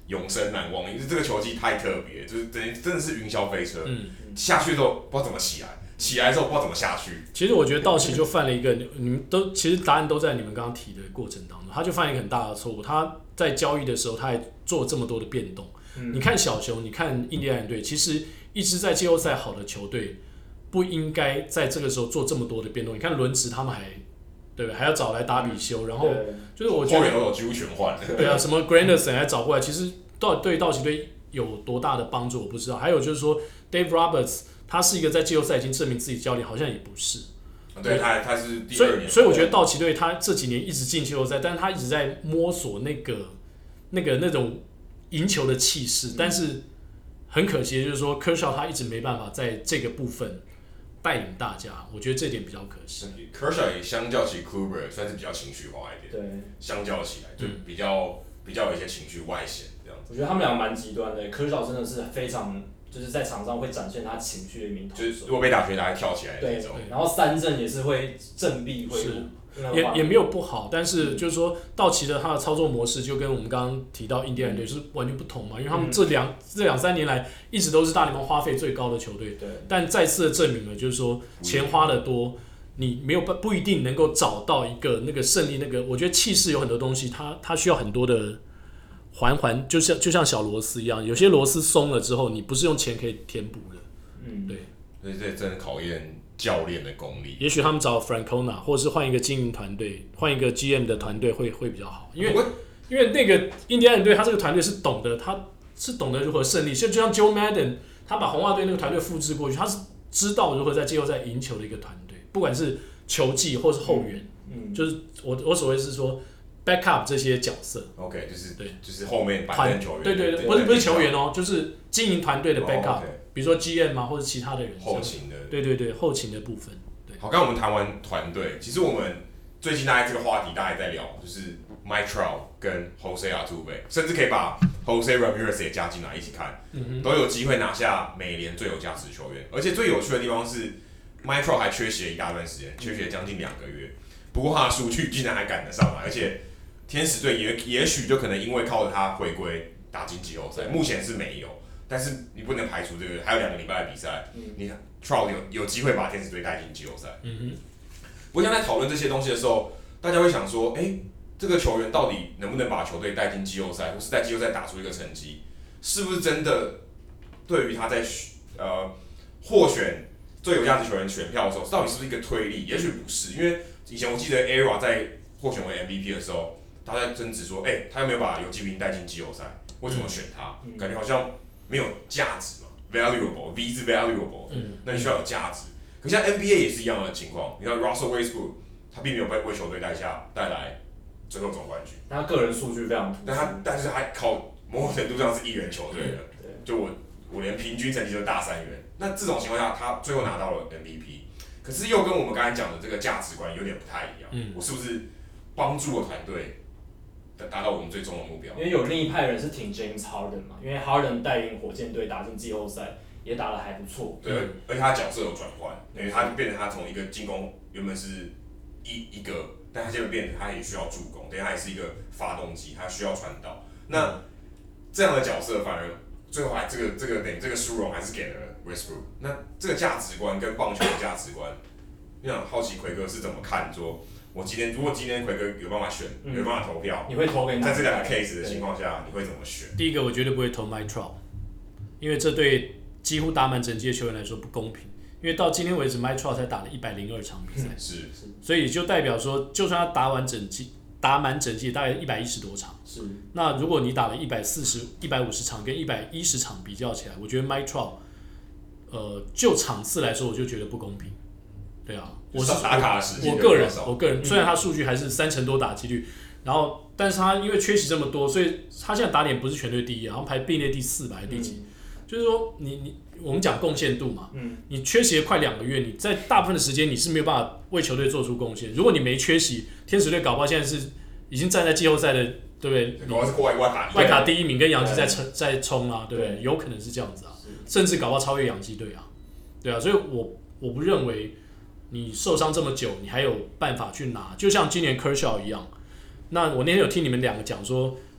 永生难忘，因为这个球技太特别，就是等于真的是云霄飞车， 嗯， 下去之后不知道怎么起来，起来之后不知道怎么下去。 其实我觉得道奇就犯了一个，你们都其实答案都在你们刚刚提的过程当中，他就犯了一个很大的错误。他在交易的时候，他还做这么多的变动。嗯、你看小熊，你看印第安人队，其实一支在季后赛好的球队，不应该在这个时候做这么多的变动。你看轮值他们还。对吧？还要找来打比修，然后就是我觉得后援都有几乎全换了。 对啊，什么 Granderson 还找过来，其实到对道奇队有多大的帮助我不知道。还有就是说 Dave Roberts， 他是一个在季后赛已经证明自己教练，好像也不是。 对，他他是第二年。所以所以我觉得道奇队他这几年一直进季后赛，但是他一直在摸索那个那个那种赢球的气势，嗯、但是很可惜的就是说 Kershaw 他一直没办法在这个部分。带领大家，我觉得这点比较可惜。 Kershaw 也相较起 Kluber 算是比较情绪化一点， 对， 相较起来就比较、嗯、比较有一些情绪外显这样子。 我觉得他们两个蛮极端的 ，Kershaw 真的是非常就是在场上会展现他情绪的一名投手， 就是如果被打拳，他会跳起来的那种。 然后三振也是会振臂挥舞。 也也没有不好，但是就是说道奇的他的操作模式就跟我们刚刚提到印第安队是完全不同嘛，因为他们这两、嗯、这两三年来一直都是大联盟花费最高的球队，但再次的证明了就是说钱花的多，你没有不一定能够找到一个那个胜利那个，我觉得气势有很多东西，它它需要很多的环环，就像就像小螺丝一样，有些螺丝松了之后，你不是用钱可以填补的，嗯，对， 所以这真的考验。教练的功力， 也许他们找 Francona， 或是换一个经营团队，换一个 G M 的团队会会比较好，因为因为那个印第安人队，他这个团队是懂得，他是懂得如何胜利，就就像 Joe Madden， 他把红袜队那个团队复制过去，他是知道如何在季后赛赢球的一个团队，不管是球技或是后援，嗯，就是我我所谓是说 backup 这些角色 ，OK， 就是对， 就是后面板凳球员， 对对对，不是不是球员哦，就是经营团队的 backup。 哦 okay 比如说 G M 啊，或者其他的人， 后勤的， 对对对，后勤的部分。对， 好，刚刚我们谈完团队，其实我们最近大概这个话题大家在聊，就是 Mike Trout 跟 Jose Altuve， 甚至可以把 Jose Ramirez 也加进来一起看，嗯、都有机会拿下美联最有价值球员。而且最有趣的地方是 ，Mike Trout 还缺席了一大段时间，缺席了将近两个月，不过他的数据竟然还赶得上来，而且天使队也也许就可能因为靠着他回归打进季后赛，目前是没有。但是你不能排除这个，还有两个礼拜的比赛，嗯、你 Trout 有有机会把天使队带进季后赛。嗯哼。不过，像在讨论这些东西的时候，大家会想说，哎、欸，这个球员到底能不能把球队带进季后赛，或是在季后赛打出一个成绩，是不是真的对于他在呃获选最有价值球员选票的时候，到底是不是一个推力？也许不是，因为以前我记得 Era 在获选为 M V P 的时候，大家在争执说，哎、欸，他有没有把游击兵带进季后赛？为什么选他？嗯、感觉好像。没有价值嘛 ，valuable，V 是 valuable，、嗯、那你需要有价值。可是像 N B A 也是一样的情况，你看 Russell Westbrook， 他并没有为球队带下带来最后总冠军， 他个人数据非常突出， 但他但是他靠某种程度上是一人球队的，就我我连平均成绩都大三元，那这种情况下，他最后拿到了 M V P， 可是又跟我们刚才讲的这个价值观有点不太一样，嗯、我是不是帮助了团队？达到我们最终的目标， 因为有另一派人是挺 James Harden 嘛，因为 Harden 带领火箭队打进季后赛，也打得还不错。 对，嗯、而且他角色有转换，因为他变成他从一个进攻原本是一一个，但他现在变成他也需要助攻，等于他也是一个发动机，他需要传导。那这样的角色反而最后还这个这个等于这个殊荣还是给了 Westbrook。那这个价值观跟棒球的价值观，你想好奇奎哥是怎么看说？我今天如果今天奎哥有办法选，嗯、有办法投票， 你会投给哪？ 在这两个 case 的情况下，你会怎么选？ 第一个，我绝对不会投 Mike Trout， 因为这对几乎打满整季的球员来说不公平。因为到今天为止 ，Mike Trout 才打了一百零二场比赛， 嗯、是是， 所以就代表说，就算他打完整季，打满整季大概一百一十多场， 是。 那如果你打了一百四十、一百五十场跟一百一十场比较起来，我觉得 Mike Trout， 呃，就场次来说，我就觉得不公平。对啊，我是打卡的时间， 我个人，我个人虽然他数据还是三成多打击率，然后但是他因为缺席这么多，所以他现在打点不是全队第一，然后排并列第四吧，还是第几？嗯、就是说你你我们讲贡献度嘛，嗯、你缺席了快两个月，你在大部分的时间你是没有办法为球队做出贡献。如果你没缺席，天使队搞不好现在是已经站在季后赛的，对不对？ 搞不好是外外卡外卡第一名，跟洋基在冲在冲啊，对不对？有可能是这样子啊，甚至搞不好超越洋基队啊，对啊，所以我我不认为。你受伤这么久，你还有办法去拿？就像今年 Kershaw 一样。那我那天有听你们两个讲说，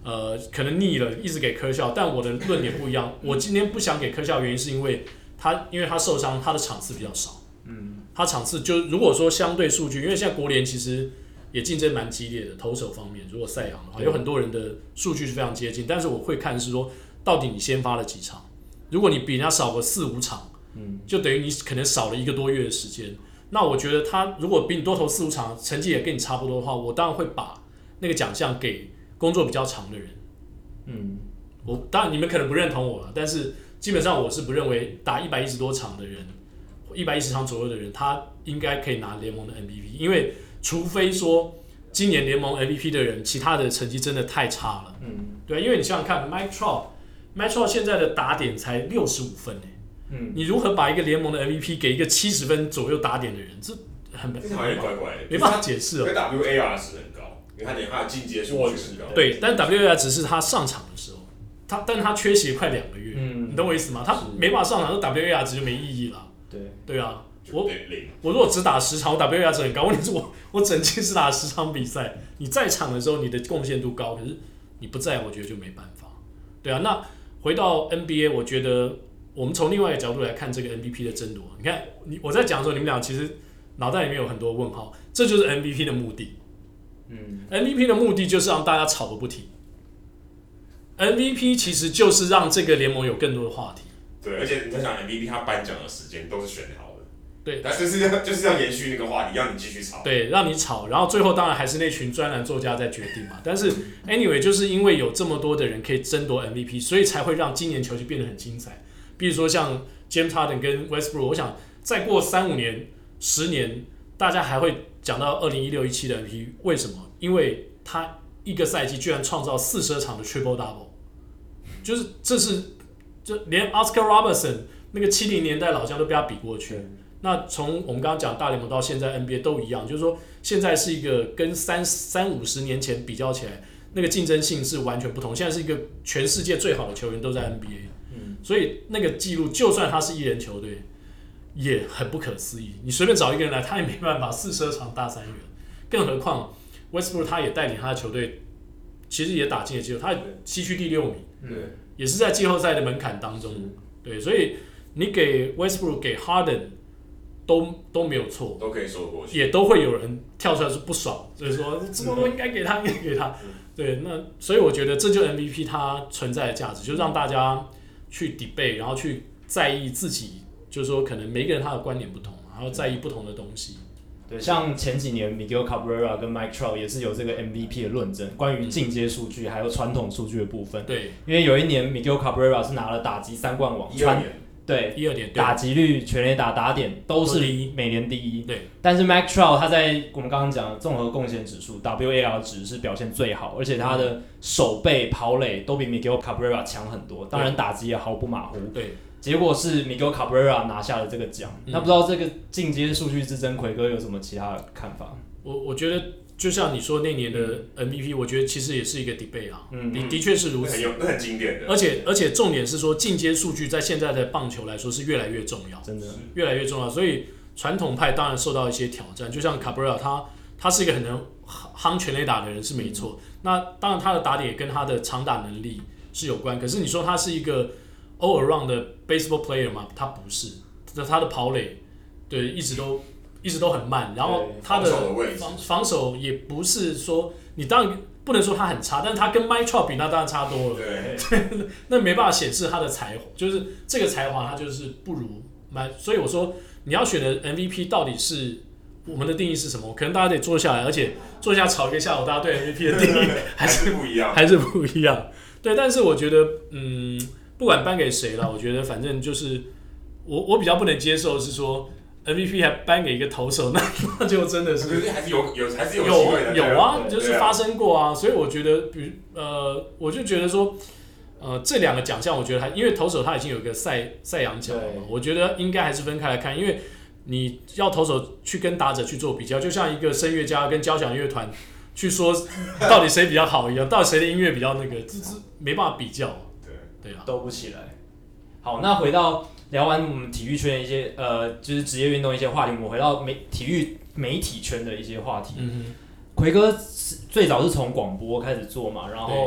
呃，可能腻了，一直给科校，但我的论点不一样。我今天不想给科校，原因是因为他因为他受伤，他的场次比较少。嗯，他场次就如果说相对数据，因为现在国联其实也竞争蛮激烈的，投手方面，如果赛扬的话，有很多人的数据是非常接近，但是我会看是说，到底你先发了几场，如果你比人家少个四五场，嗯，就等于你可能少了一个多月的时间。那我觉得他如果比你多投四五场，成绩也跟你差不多的话，我当然会把那个奖项给工作比较长的人。嗯，我当然你们可能不认同我了，但是基本上我是不认为打一百一十多场的人，一百一十场左右的人，他应该可以拿联盟的 M V P， 因为除非说今年联盟 M V P 的人，其他的成绩真的太差了。嗯，对，因为你想想看 ，Mike Trout，Mike Trout 现在的打点才六十五分诶。嗯，你如何把一个联盟的 M V P 给一个七十分左右打点的人，这很这好像怪怪的， 没办法解释哦。 因为 W A R 值很高，因为他连他的进阶数据很高。 对，但 W A R 值是他上场的时候，他但他缺席快两个月，嗯，你懂我意思吗？他没办法上场，那 W A R 值就没意义了。 对， 对啊，我我如果只打十场，我 W A R 值很高，问题是我我整季只打十场比赛，你在场的时候你的贡献度高，可是你不在，我觉得就没办法。对啊，那回到 N B A， 我觉得。我们从另外一个角度来看这个 M V P 的争夺，你看，你我在讲的时候，你们俩其实脑袋里面有很多问号，这就是 M V P 的目的。嗯 ，M V P 的目的就是让大家吵个不停。M V P 其实就是让这个联盟有更多的话题。 对，而且你在想 M V P 他颁奖的时间都是选好的。 对， 但就是要就是要延续那个话题，让你继续吵。 对，让你吵，然后最后当然还是那群专栏作家在决定嘛。但是 anyway， 就是因为有这么多的人可以争夺 M V P， 所以才会让今年球季变得很精彩。比如说像 James Harden 跟 Westbrook， 我想再过三五年、十年，大家还会讲到二零一六、一七的 M V P， 为什么？因为他一个赛季居然创造四十场的 Triple Double， 就是这是就连 Oscar Robertson 那个七零年代老将都被他比过去。那从我们刚刚讲大联盟到现在 N B A 都一样，就是说现在是一个跟三三五十年前比较起来，那个竞争性是完全不同。现在是一个全世界最好的球员都在 N B A。所以那个记录，就算他是一人球队，也很不可思议。你随便找一个人来，他也没办法四十二场大三元。更何况 Westbrook 他也带领他的球队，其实也打进了季后赛，他西区第六名，也是在季后赛的门槛当中。对，所以你给 Westbrook 给 Harden 都都没有错， 都可以说过去， 也都会有人跳出来是不爽，所以说这么多应该给他，应该给他。对，那所以我觉得这就 M V P 它存在的价值，就让大家去 debate， 然后去在意自己，就是说可能每个人他的观点不同，然后在意不同的东西。 对，像前几年 Miguel Cabrera 跟 Mike Trout 也是有这个 M V P 的论证，关于进阶数据还有传统数据的部分。 对， 因为有一年 Miguel Cabrera 是拿了打击三冠王， 一二年， 对， 一二年打击率、全垒打、打点都是美联第一。 对， 但是 Mike Trout 他在我们刚刚讲的综合贡献指数 W A R 值是表现最好，而且他的守备、跑垒都比 Miguel Cabrera 强很多，当然打击也毫不马虎。 对。 结果是 Miguel Cabrera 拿下了这个奖，嗯、那不知道这个进阶数据之争，奎哥有什么其他的看法？ 我我觉得就像你说那年的 M V P，、嗯、我觉得其实也是一个 debate 啊，嗯、的的确是如此， 那很经典的。 而且而且重点是说进阶数据在现在的棒球来说是越来越重要， 真的越来越重要。所以传统派当然受到一些挑战，就像 Cabrera 他他是一个很能夯全垒打的人是没错，嗯、那当然他的打点也跟他的长打能力是有关，可是你说他是一个all around 的 baseball player 嘛，他不是，他的跑垒对一直都一直都很慢，然后他的防防守也不是说你当然不能说他很差，但是他跟 Mike Trout 比那当然差多了，对，那没办法显示他的才华，就是这个才华他就是不如 Mike， 所以我说你要选的 M V P 到底是我们的定义是什么？可能大家得坐下来，而且坐下吵一个下午，大家对 M V P 的定义还是不一样， 还是不一样，对，但是我觉得嗯。不管颁给谁了，我觉得反正就是我我比较不能接受是说 M V P 还颁给一个投手，那那就真的是， 可是还是有有还是有机会的， 有有啊，就是发生过啊，所以我觉得，比呃，我就觉得说，呃，这两个奖项，我觉得还因为投手他已经有一个赛赛扬奖了嘛，我觉得应该还是分开来看，因为你要投手去跟打者去做比较，就像一个声乐家跟交响乐团去说到底谁比较好一样，到底谁的音乐比较那个，这这没办法比较。对啊， 斗不起来。好，那回到聊完我们体育圈的一些呃，就是职业运动一些话题，我们回到媒体育媒体圈的一些话题。嗯哼，奎哥最早是从广播开始做嘛，然后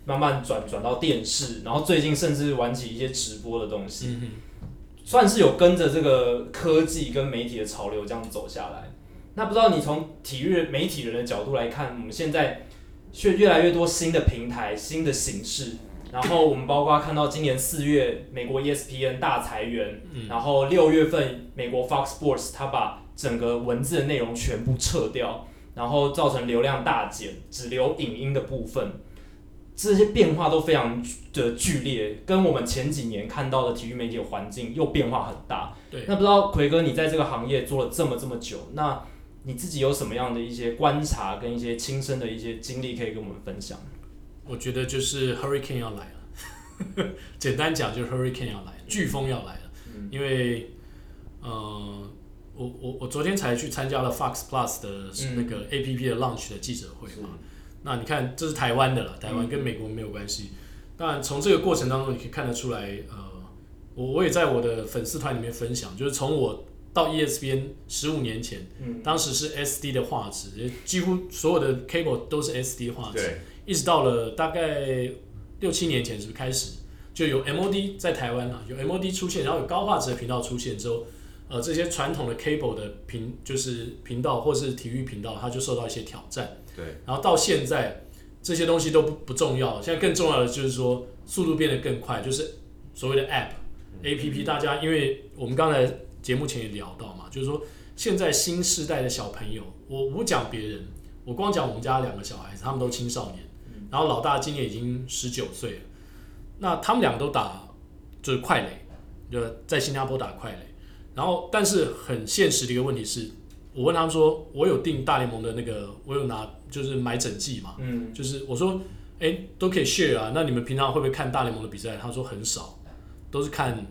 慢慢转转到电视，然后最近甚至玩起一些直播的东西， 嗯、 算是有跟着这个科技跟媒体的潮流这样走下来。那不知道你从体育媒体人的角度来看，我们现在越越来越多新的平台、新的形式，然后我们包括看到今年四月美国 E S P N 大裁员，嗯、然后六月份美国 Fox Sports 它把整个文字的内容全部撤掉，然后造成流量大减，只留影音的部分。这些变化都非常的剧烈，跟我们前几年看到的体育媒体的环境又变化很大。 对， 那不知道奎哥，你在这个行业做了这么这么久，那你自己有什么样的一些观察跟一些亲身的一些经历可以跟我们分享？ 我觉得就是 Hurricane 要来了，简单讲就是 Hurricane 要来了，飓风要来了。嗯、因为呃，我我我昨天才去参加了 Fox Plus 的那个 A P P 的 launch 的记者会嘛。嗯、那你看，这是台湾的了，台湾跟美国没有关系。当然，从这个过程当中，你可以看得出来，呃，我我也在我的粉丝团里面分享，就是从我到 E S P N 十五年前，嗯、当时是 S D 的画质，几乎所有的 cable 都是 S D 画质，一直到了大概六七年前，是不是开始就有 M O D 在台湾了，有 M O D 出现，然后有高画质的频道出现之后，呃，这些传统的 cable 的频就是频道或是体育频道，它就受到一些挑战。 对， 然后到现在这些东西都不不重要，现在更重要的就是说速度变得更快，就是所谓的 App、A P P， 大家因为我们刚才节目前也聊到嘛，就是说现在新世代的小朋友，我不讲别人，我光讲我们家两个小孩子，他们都青少年，然后老大今年已经十九岁了，那他们两个都打就是快垒，就在新加坡打快垒，然后但是很现实的一个问题是，我问他们说，我有订大联盟的那个，我有拿就是买整季嘛，嗯，就是我说，哎，都可以 share 啊，那你们平常会不会看大联盟的比赛？他说很少，都是看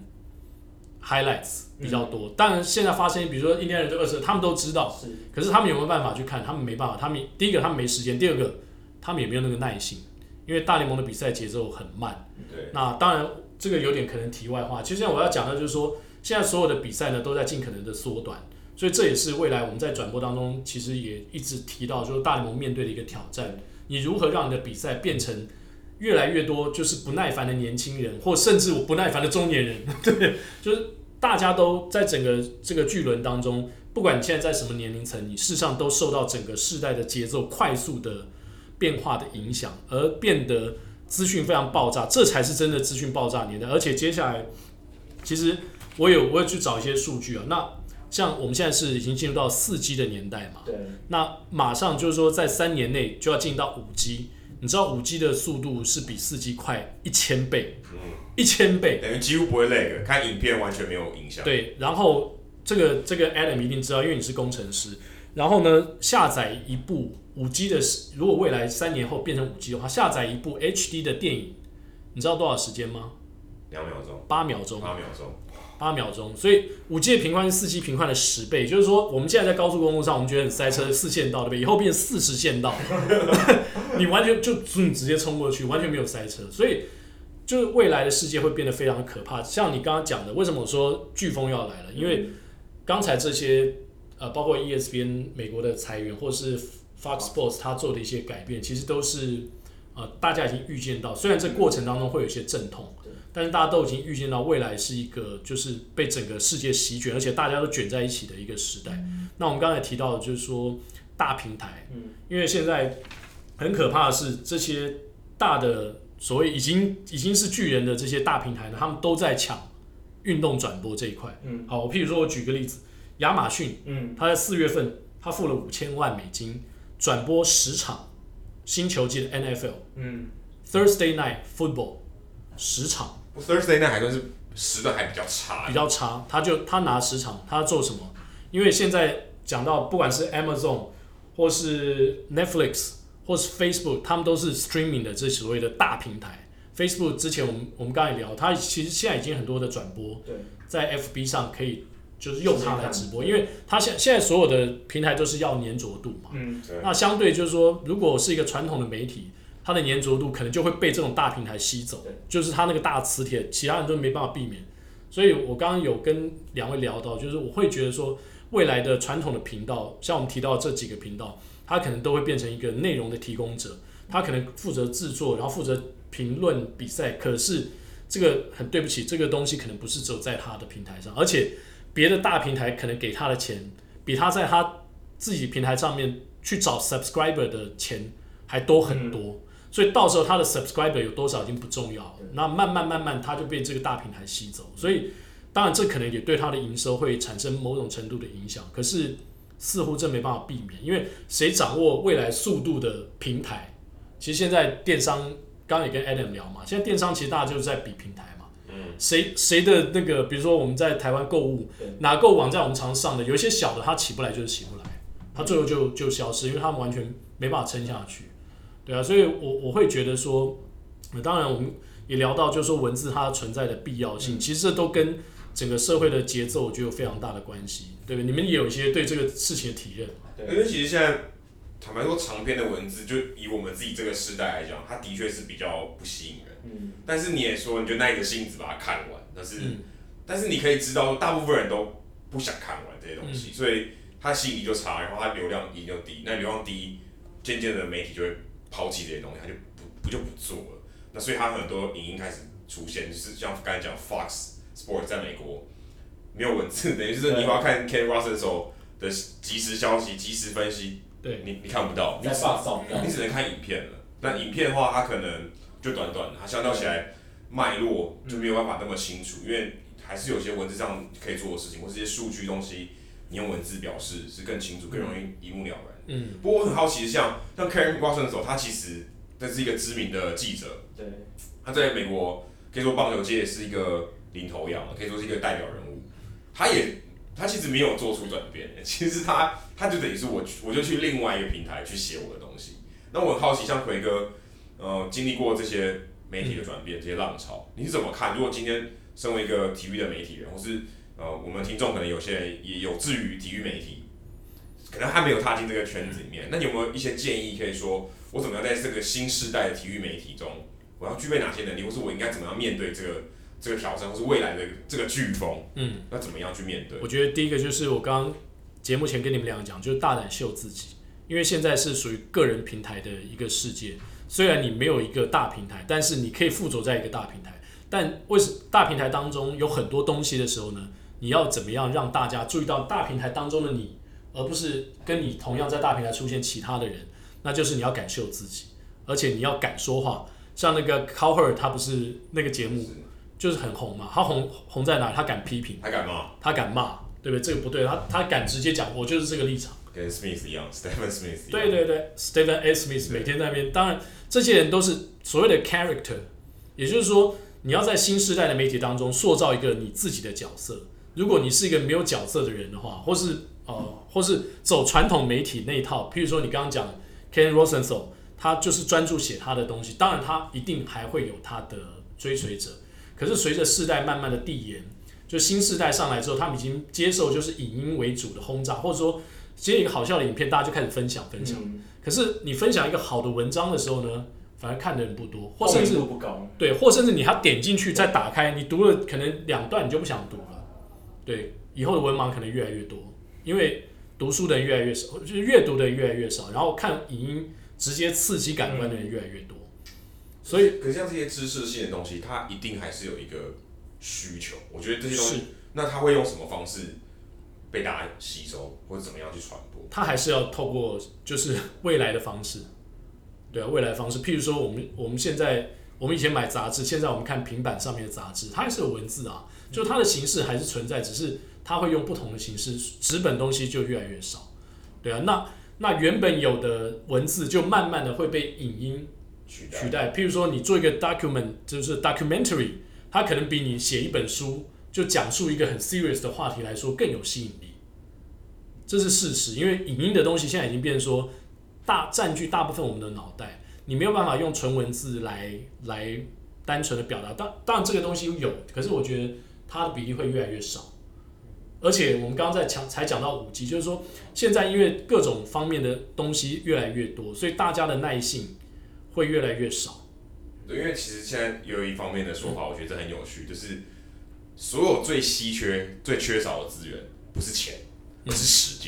highlights 比较多。嗯、当然现在发生，比如说印第安人对二十，他们都知道，可是他们有没有办法去看？他们没办法，他们第一个他们没时间，第二个他们也没有那个耐性，因为大联盟的比赛节奏很慢。 对， 那当然这个有点可能题外话。其实现在我要讲的就是说，现在所有的比赛呢都在尽可能的缩短。所以这也是未来我们在转播当中，其实也一直提到，就是大联盟面对的一个挑战。你如何让你的比赛变成越来越多就是不耐烦的年轻人，或甚至不耐烦的中年人？对，就是大家都在整个这个巨轮当中，不管你现在在什么年龄层，你事实上都受到整个世代的节奏快速的变化的影响，而变得资讯非常爆炸，这才是真的资讯爆炸年代。而且接下来，其实我有我有去找一些数据啊，那像我们现在是已经进入到四 G 的年代嘛， 对， 那马上就是说在三年内就要进到五 G， 你知道五 G 的速度是比四 G 快一千倍，嗯，一千倍， 等于几乎不会 lag， 看影片完全没有影响。 对，然后这个这个 Adam 一定知道，因为你是工程师。然后呢，下载一部五 G 的，如果未来三年后变成五 G 的话，下载一部 H D 的电影，你知道多少时间吗？ 两秒钟， 八秒钟， 八秒钟。 八秒钟，所以五 G 的频宽是四 G 频宽的十倍，就是说我们现在在高速公路上，我们觉得很塞车，四线道对不对？以后变四十线道，你完全就直接冲过去，完全没有塞车，所以就是未来的世界会变得非常可怕。像你刚刚讲的，为什么我说飓风要来了？因为刚才这些呃，包括 E S P N 美国的裁员，或是 Fox Sports 他做的一些改变，其实都是呃大家已经预见到，虽然这过程当中会有一些阵痛。但是大家都已经预见到未来是一个就是被整个世界席卷，而且大家都卷在一起的一个时代。嗯、那我们刚才提到的就是说大平台，嗯、因为现在很可怕的是这些大的所谓已经已经是巨人的这些大平台呢，他们都在抢运动转播这一块。嗯、好，我譬如说我举个例子，亚马逊，嗯、他在四月份他付了五千万美金转播十场新球季的 N F L，嗯、Thursday Night Football 十场。 Thursday night 还算是时段还比较差， 比较差。他就他拿十场，他做什么？因为现在讲到不管是 Amazon 或是 Netflix 或是 Facebook， 他们都是 streaming 的这所谓的大平台。Facebook 之前我们我们刚才聊，它其实现在已经很多的转播，在 F B 上可以就是用它来直播，因为它现现在所有的平台都是要粘着度嘛。嗯，那相对就是说，如果是一个传统的媒体，它的粘着度可能就会被这种大平台吸走，就是它那个大磁铁，其他人都没办法避免。所以我刚刚有跟两位聊到，就是我会觉得说，未来的传统的频道，像我们提到这几个频道，它可能都会变成一个内容的提供者， 他可能负责制作，然后负责评论比赛，可是这个很对不起，这个东西可能不是只有在他的平台上，而且别的大平台可能给他的钱，比他在他自己平台上面去找 subscriber 的钱还多很多。嗯，所以到时候他的 subscriber 有多少已经不重要了，那慢慢慢慢他就被这个大平台吸走，所以当然这可能也对他的营收会产生某种程度的影响，可是似乎这没办法避免，因为谁掌握未来速度的平台，其实现在电商刚刚也跟 Adam 聊嘛，现在电商其实大家就是在比平台嘛，谁谁的那个，比如说我们在台湾购物，哪个网站我们常上的，有一些小的它起不来就是起不来，它最后就就消失，因为他们完全没办法撑下去。对啊，所以我我会觉得说，当然我们也聊到，就是说文字它存在的必要性，嗯、其实这都跟整个社会的节奏，我觉得有非常大的关系，对不对？你们也有一些对这个事情的体认。 因为其实现在坦白说，长篇的文字，就以我们自己这个时代来讲，它的确是比较不吸引人。嗯。但是你也说，你就耐着性子把它看完，但是、嗯、但是你可以知道，大部分人都不想看完这些东西，嗯、所以它吸引力就差，然后它流量一定就低。那流量低，渐渐的媒体就会抛弃这些东西，他就不不就不做了。那所以他很多影音开始出现，就是像刚才讲 Fox Sports 在美国没有文字，等于是你要看 Ken Russell 的即时消息、即时分析， 对， 你你看不到，你只你只能看影片了。那影片的话，它可能就短短的，它相较起来脉络就没有办法那么清楚，因为还是有些文字上可以做的事情，或是一些数据东西，你用文字表示是更清楚、更容易一目了然。嗯，不过我很好奇，像像 Ken Russell 他其实这是一个知名的记者，对，他在美国可以说棒球界是一个领头羊，可以说是一个代表人物。他也他其实没有做出转变，其实他他就等于是我我就去另外一个平台去写我的东西。那我很好奇，像奎哥，呃，经历过这些媒体的转变，这些浪潮，你是怎么看？如果今天身为一个体育的媒体人，或是呃我们听众可能有些人也有志于体育媒体。可能还没有踏进这个圈子里面，那你有没有一些建议可以说，我怎么样在这个新世代的体育媒体中，我要具备哪些能力，或是我应该怎么样面对这个这个挑战，或是未来的这个飓风？嗯，那怎么样去面对？ 我觉得第一个就是我刚刚节目前跟你们两个讲，就是大胆秀自己，因为现在是属于个人平台的一个世界，虽然你没有一个大平台，但是你可以附着在一个大平台，但为什么大平台当中有很多东西的时候呢？你要怎么样让大家注意到大平台当中的你？而不是跟你同样在大平台出现其他的人，那就是你要敢秀自己，而且你要敢说话。像那个 Cowherd 他不是那个节目就是很红嘛，他红红在哪？他敢批评， 他敢骂， 他敢骂，对不对？这个不对，他他敢直接讲，我就是这个立场。 跟 Smith 一样 ，Stephen Smith 一样。 对对对 ，Stephen A. Smith 每天在那边，当然这些人都是所谓的 character， 也就是说你要在新时代的媒体当中塑造一个你自己的角色。如果你是一个没有角色的人的话，或是呃，或是走传统媒体那一套，譬如说你刚刚讲 Ken Rosenthal， 他就是专注写他的东西，当然他一定还会有他的追随者。可是随着世代慢慢的递延，就新世代上来之后，他们已经接受就是以音为主的轰炸，或者说接一个好笑的影片，大家就开始分享分享。嗯、可是你分享一个好的文章的时候呢，反而看的人不多，或甚至不高， 对，或甚至你还点进去再打开，你读了可能两段你就不想读了，对，以后的文盲可能越来越多。因为读书的人越来越少，就是阅读的人越来越少，然后看影音直接刺激感官的人越来越多，所以， 可是像这些知识性的东西，它一定还是有一个需求。我觉得这些东西，那它会用什么方式被大家吸收，或者怎么样去传播？ 它还是要透过就是未来的方式，对啊，未来的方式。譬如说，我们我们现在我们以前买杂志，现在我们看平板上面的杂志，它还是有文字啊，就它的形式还是存在，只是。它会用不同的形式，纸本东西就越来越少，对啊，那那原本有的文字就慢慢的会被影音取代。取代譬如说，你做一个 document， 就是 documentary， 它可能比你写一本书就讲述一个很 serious 的话题来说更有吸引力，这是事实。因为影音的东西现在已经变成说大占据大部分我们的脑袋，你没有办法用纯文字来来单纯的表达。当当然这个东西有，可是我觉得它的比例会越来越少。而且我们刚刚在讲才讲到五 G， 就是说现在因为各种方面的东西越来越多，所以大家的耐性会越来越少。 对，因为其实现在有一方面的说法，我觉得很有趣，就是所有最稀缺、最缺少的资源不是钱，而是时间。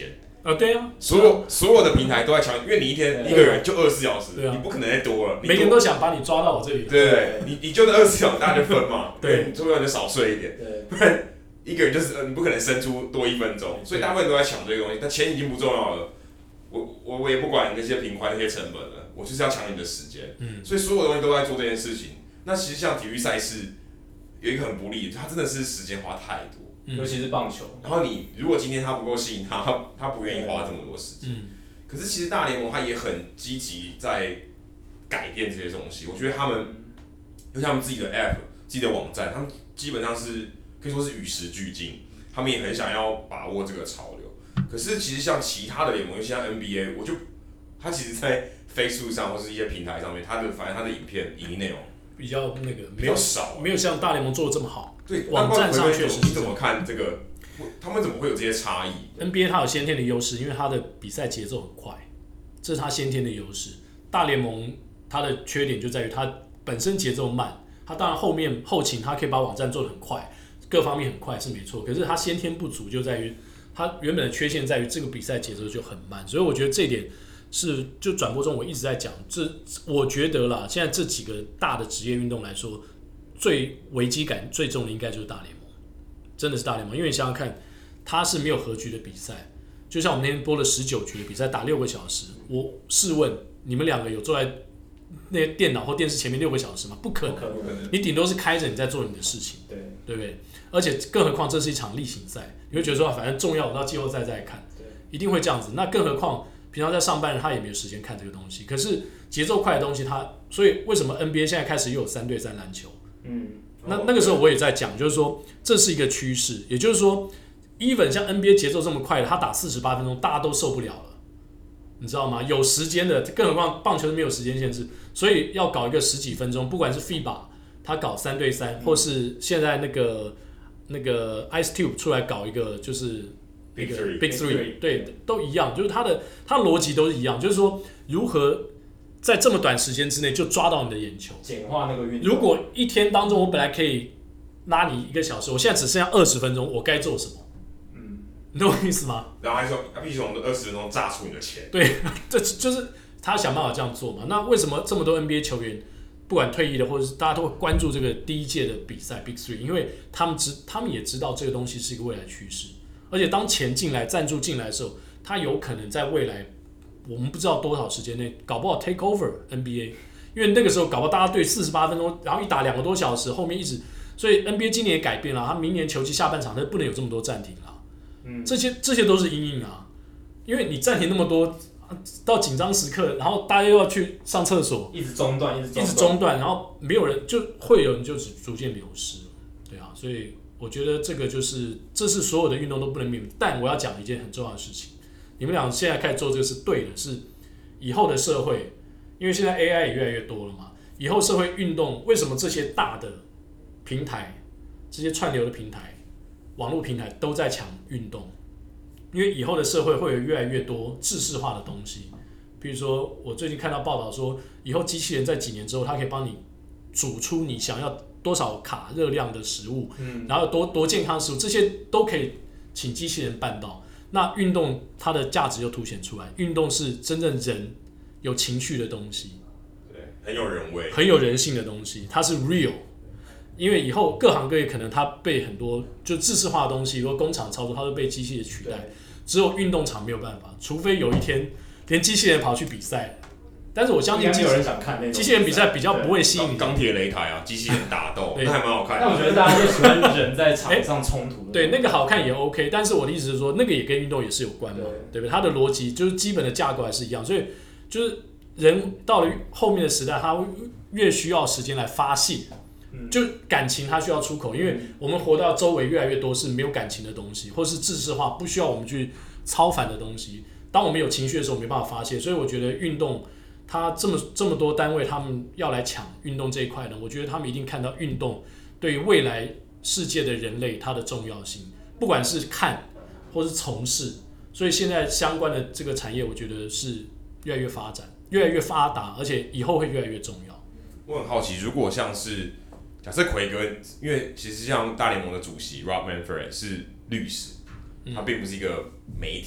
啊，对啊， 所有所有的平台都在抢，因为你一天一个人就二十四小时，你不可能再多了。 每天都想把你抓到我这里。 对对，你你就那二十四小时，大家就分嘛。 对， 你突然就少睡一点，不然一个人就是呃，你不可能生出多一分钟，所以大部分都在抢这个东西。但钱已经不重要了，我我我也不管那些频宽那些成本了，我就是要抢你的时间。嗯，所以所有东西都在做这件事情。那其实像体育赛事有一个很不利，它真的是时间花太多。 嗯、尤其是棒球， 然后你如果今天他不够吸引他，他他不愿意花这么多时间。嗯、可是其实大联盟他也很积极在改变这些东西。我觉得他们有他们自己的 app、自己的网站，他们基本上是可以说是与时俱进。他们也很想要把握这个潮流。可是其实像其他的联盟，像 N B A， 我就他其实在 Facebook 上或是一些平台上面，他的反正他的影片、影音内容比较那个比较少、啊， 没有像大联盟做的这么好。 对， 网站上确实你怎么看这个？他们怎么会有这些差异 ？N B A 它有先天的优势，因为它的比赛节奏很快，这是它先天的优势。大联盟它的缺点就在于它本身节奏慢，它当然后面后勤它可以把网站做得很快，各方面很快是没错。可是它先天不足就在于它原本的缺陷在于这个比赛节奏就很慢，所以我觉得这一点是就转播中我一直在讲，这我觉得啦，现在这几个大的职业运动来说。最危机感最重的应该就是大联盟，真的是大联盟，因为你想想看，它是没有和局的比赛，就像我们那天播了十九局的比赛，打六个小时，我试问你们两个有坐在那电脑或电视前面六个小时吗？不可能， 不可能， 你顶多是开着你在做你的事情， 对对不对？而且更何况这是一场例行赛，你会觉得说反正重要，我到季后赛再看，一定会这样子。那更何况平常在上班人他也没有时间看这个东西，可是节奏快的东西他，所以为什么 N B A 现在开始又有三对三篮球？嗯，那那个时候我也在讲，就是说这是一个趋势，也就是说 ，even 像 N B A 节奏这么快的，他打四十八分钟，大家都受不了了，你知道吗？有时间的，更何况棒球是没有时间限制，所以要搞一个十几分钟，不管是 F I B A 他搞三对三，或是现在那个那个 Ice Tube 出来搞一个就是一个 Big Three， 对，都一样，就是它的它的逻辑都是一样，就是说如何。在这么短时间之内就抓到你的眼球， 简化那个运动。 如果一天当中我本来可以拉你一个小时，我现在只剩下二十分钟，我该做什么？嗯，你懂我意思吗？ 然后还说必须从这二十分钟榨出你的钱。 对，这就是他想办法这样做嘛。那为什么这么多 N B A 球员，不管退役的或者是大家都会关注这个第一届的比赛 Big Three？ 因为他们知，他们也知道这个东西是一个未来趋势，而且当钱进来、赞助进来的时候，他有可能在未来。我们不知道多少时间内，搞不好 take over N B A， 因为那个时候搞不好大家对四十八分钟，然后一打两个多小时，后面一直，所以 N B A 今年也改变了，他明年球季下半场它不能有这么多暂停了，嗯，这些这些都是因应啊，因为你暂停那么多，到紧张时刻，然后大家又要去上厕所， 一直中断，一直一直中断，然后没有人就会有人就逐渐流失，对啊，所以我觉得这个就是这是所有的运动都不能避免，但我要讲一件很重要的事情。你们俩现在开始做这个是对的，是以后的社会，因为现在 A I 也越来越多了嘛。以后社会运动为什么这些大的平台、这些串流的平台、网络平台都在抢运动？因为以后的社会会有越来越多制式化的东西，比如说我最近看到报道说，以后机器人在几年之后，它可以帮你煮出你想要多少卡热量的食物，嗯，然后多多健康的食物，这些都可以请机器人办到。那运动它的价值又凸显出来，运动是真正人有情绪的东西， 对，很有人味， 很有人性的东西，它是 real。因为以后各行各业可能它被很多就制式化的东西，如果工厂操作，它会被机器人取代，只有运动场没有办法，除非有一天连机器人跑去比赛。但是我相信机器人想看那种机器人比赛比较不会吸引钢铁擂台啊，机器人打斗，那还蛮好看的。 但我觉得大家就喜欢人在场上冲突。 对，那个好看也 OK， 但是我的意思是说，那个也跟运动也是有关嘛，对不对？它的逻辑就是基本的架构还是一样，所以就是人到了后面的时代，他越需要时间来发泄，就感情它需要出口，因为我们活到周围越来越多是没有感情的东西，或是制式化不需要我们去操反的东西。当我们有情绪的时候，没办法发泄，所以我觉得运动。他这么这么多单位，他们要来抢运动这一块呢，我觉得他们一定看到运动对于未来世界的人类它的重要性，不管是看或是从事，所以现在相关的这个产业，我觉得是越来越发展，越来越发达，而且以后会越来越重要。 我很好奇，如果像是假设奎哥，因为其实像大联盟的主席 Rob Manfred 是律师，他并不是一个媒体人。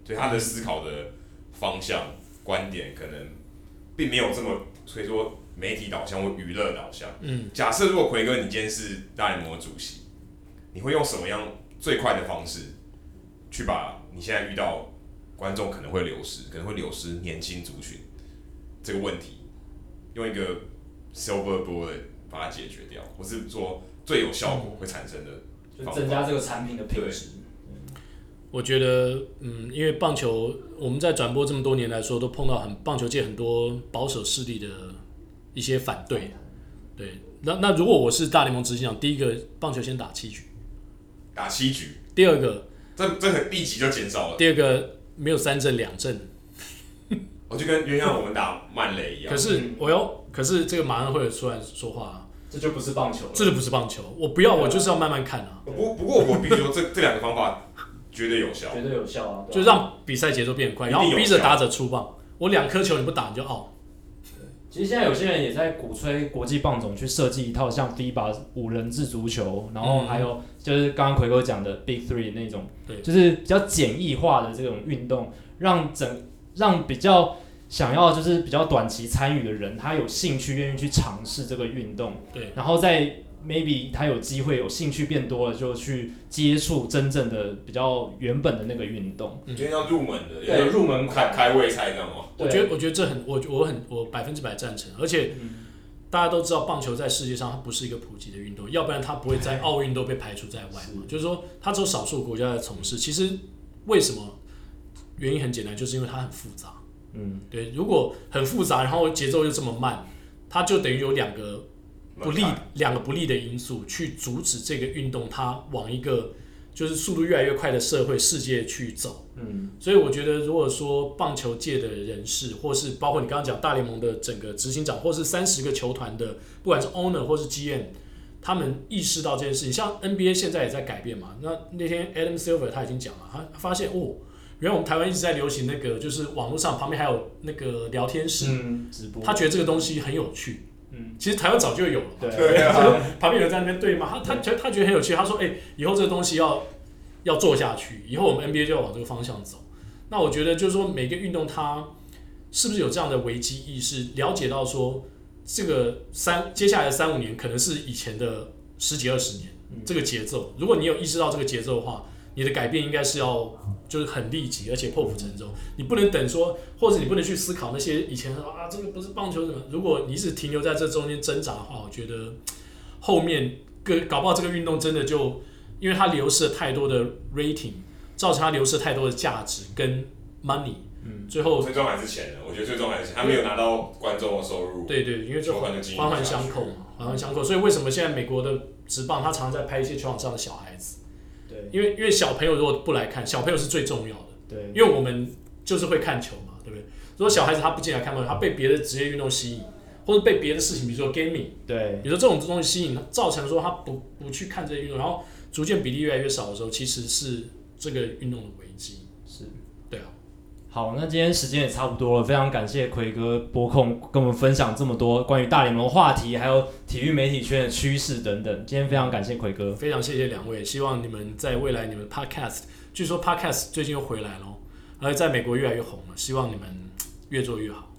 所以他的思考的方向、观点可能并没有这么，所以说媒体导向或娱乐导向。嗯，假设如果奎哥你今天是大联盟的主席，你会用什么样最快的方式去把你现在遇到观众可能会流失，可能会流失年轻族群这个问题，用一个 silver bullet 把它解决掉，或是说最有效果会产生的方法， 就增加这个产品的品质。 我觉得，嗯，因为棒球我们在转播这么多年来说，都碰到很棒球界很多保守势力的一些反对。对，那那如果我是大联盟执行长，第一个棒球先打七局， 打七局。 第二个， 这这很立即就减少了。 第二个没有三振两振。 我就跟就像我们打慢垒一样。 可是我要，可是这个马上会有出来说话、啊。 这就不是棒球了， 这就不是棒球。我不要，我就是要慢慢看啊。 不不过我必须说，这这两个方法绝对有效， 绝对有效啊！ 就让比赛节奏变快，然后逼着打者出棒。我两颗球你不打你就 out。 其实现在有些人也在鼓吹国际棒总去设计一套像 F I B A 五人制足球，然后还有就是刚刚奎哥讲的 Big Three 那种，就是比较简易化的这种运动，让整让比较想要就是比较短期参与的人，他有兴趣愿意去尝试这个运动， 对， 然后在 maybe 他有机会有兴趣变多了，就去接触真正的比较原本的那个运动， 今天要入门的， 对，入门开开胃菜这样吗？ 我觉得我觉得这很我我很我百分之百赞成，而且、嗯、大家都知道棒球在世界上它不是一个普及的运动，要不然它不会在奥运都被排除在外嘛。就是说它只有少数国家在从事，其实为什么？原因很简单，就是因为它很复杂。嗯，对，如果很复杂，然后节奏又这么慢，它就等于有两个不利两个不利的因素去阻止这个运动它往一个就是速度越来越快的社会世界去走。嗯，所以我觉得，如果说棒球界的人士，或是包括你刚刚讲大联盟的整个执行长，或是三十个球团的，不管是 owner 或是 G M， 他们意识到这件事情。像 N B A 现在也在改变嘛。那那天 Adam Silver 他已经讲了，他发现哦。原来我们台湾一直在流行那个，就是网络上旁边还有那个聊天室，嗯、直播。他觉得这个东西很有趣。嗯，其实台湾早就有了。 对啊。 旁边有人在那边对骂，他他他觉得很有趣。他说：“哎、欸，以后这个东西要要做下去，以后我们 N B A 就要往这个方向走。”那我觉得就是说，每个运动它是不是有这样的危机意识，了解到说这个三接下来的三五年可能是以前的十几二十年、嗯、这个节奏。如果你有意识到这个节奏的话，你的改变应该是要。就是很立即，而且破釜沉舟。你不能等说，或者你不能去思考那些以前说啊，这个不是棒球什么。如果你一直停留在这中间挣扎的话，我觉得后面搞不好这个运动真的就，因为它流失了太多的 rating， 造成它流失了太多的价值跟 money。嗯，最后最终还是钱的。我觉得最终还是钱，他没有拿到观众的收入。 对对，因为这环环相扣嘛，环环相扣。所以为什么现在美国的职棒，他常常在拍一些球场上的小孩子？对，因为因为小朋友如果不来看，小朋友是最重要的。对，因为我们就是会看球嘛，对不对？如果小孩子他不进来看棒球，他被别的职业运动吸引，或者被别的事情，比如说 gaming， 对，比如说这种东西吸引，造成说他不不去看这些运动，然后逐渐比例越来越少的时候，其实是这个运动的危机。是，对啊。 好，那今天时间也差不多了，非常感谢奎哥播控跟我们分享这么多关于大联盟话题，还有体育媒体圈的趋势等等。今天非常感谢奎哥， 非常谢谢两位，希望你们在未来你们 podcast， 据说 podcast 最近又回来了，而且在美国越来越红了，希望你们越做越好。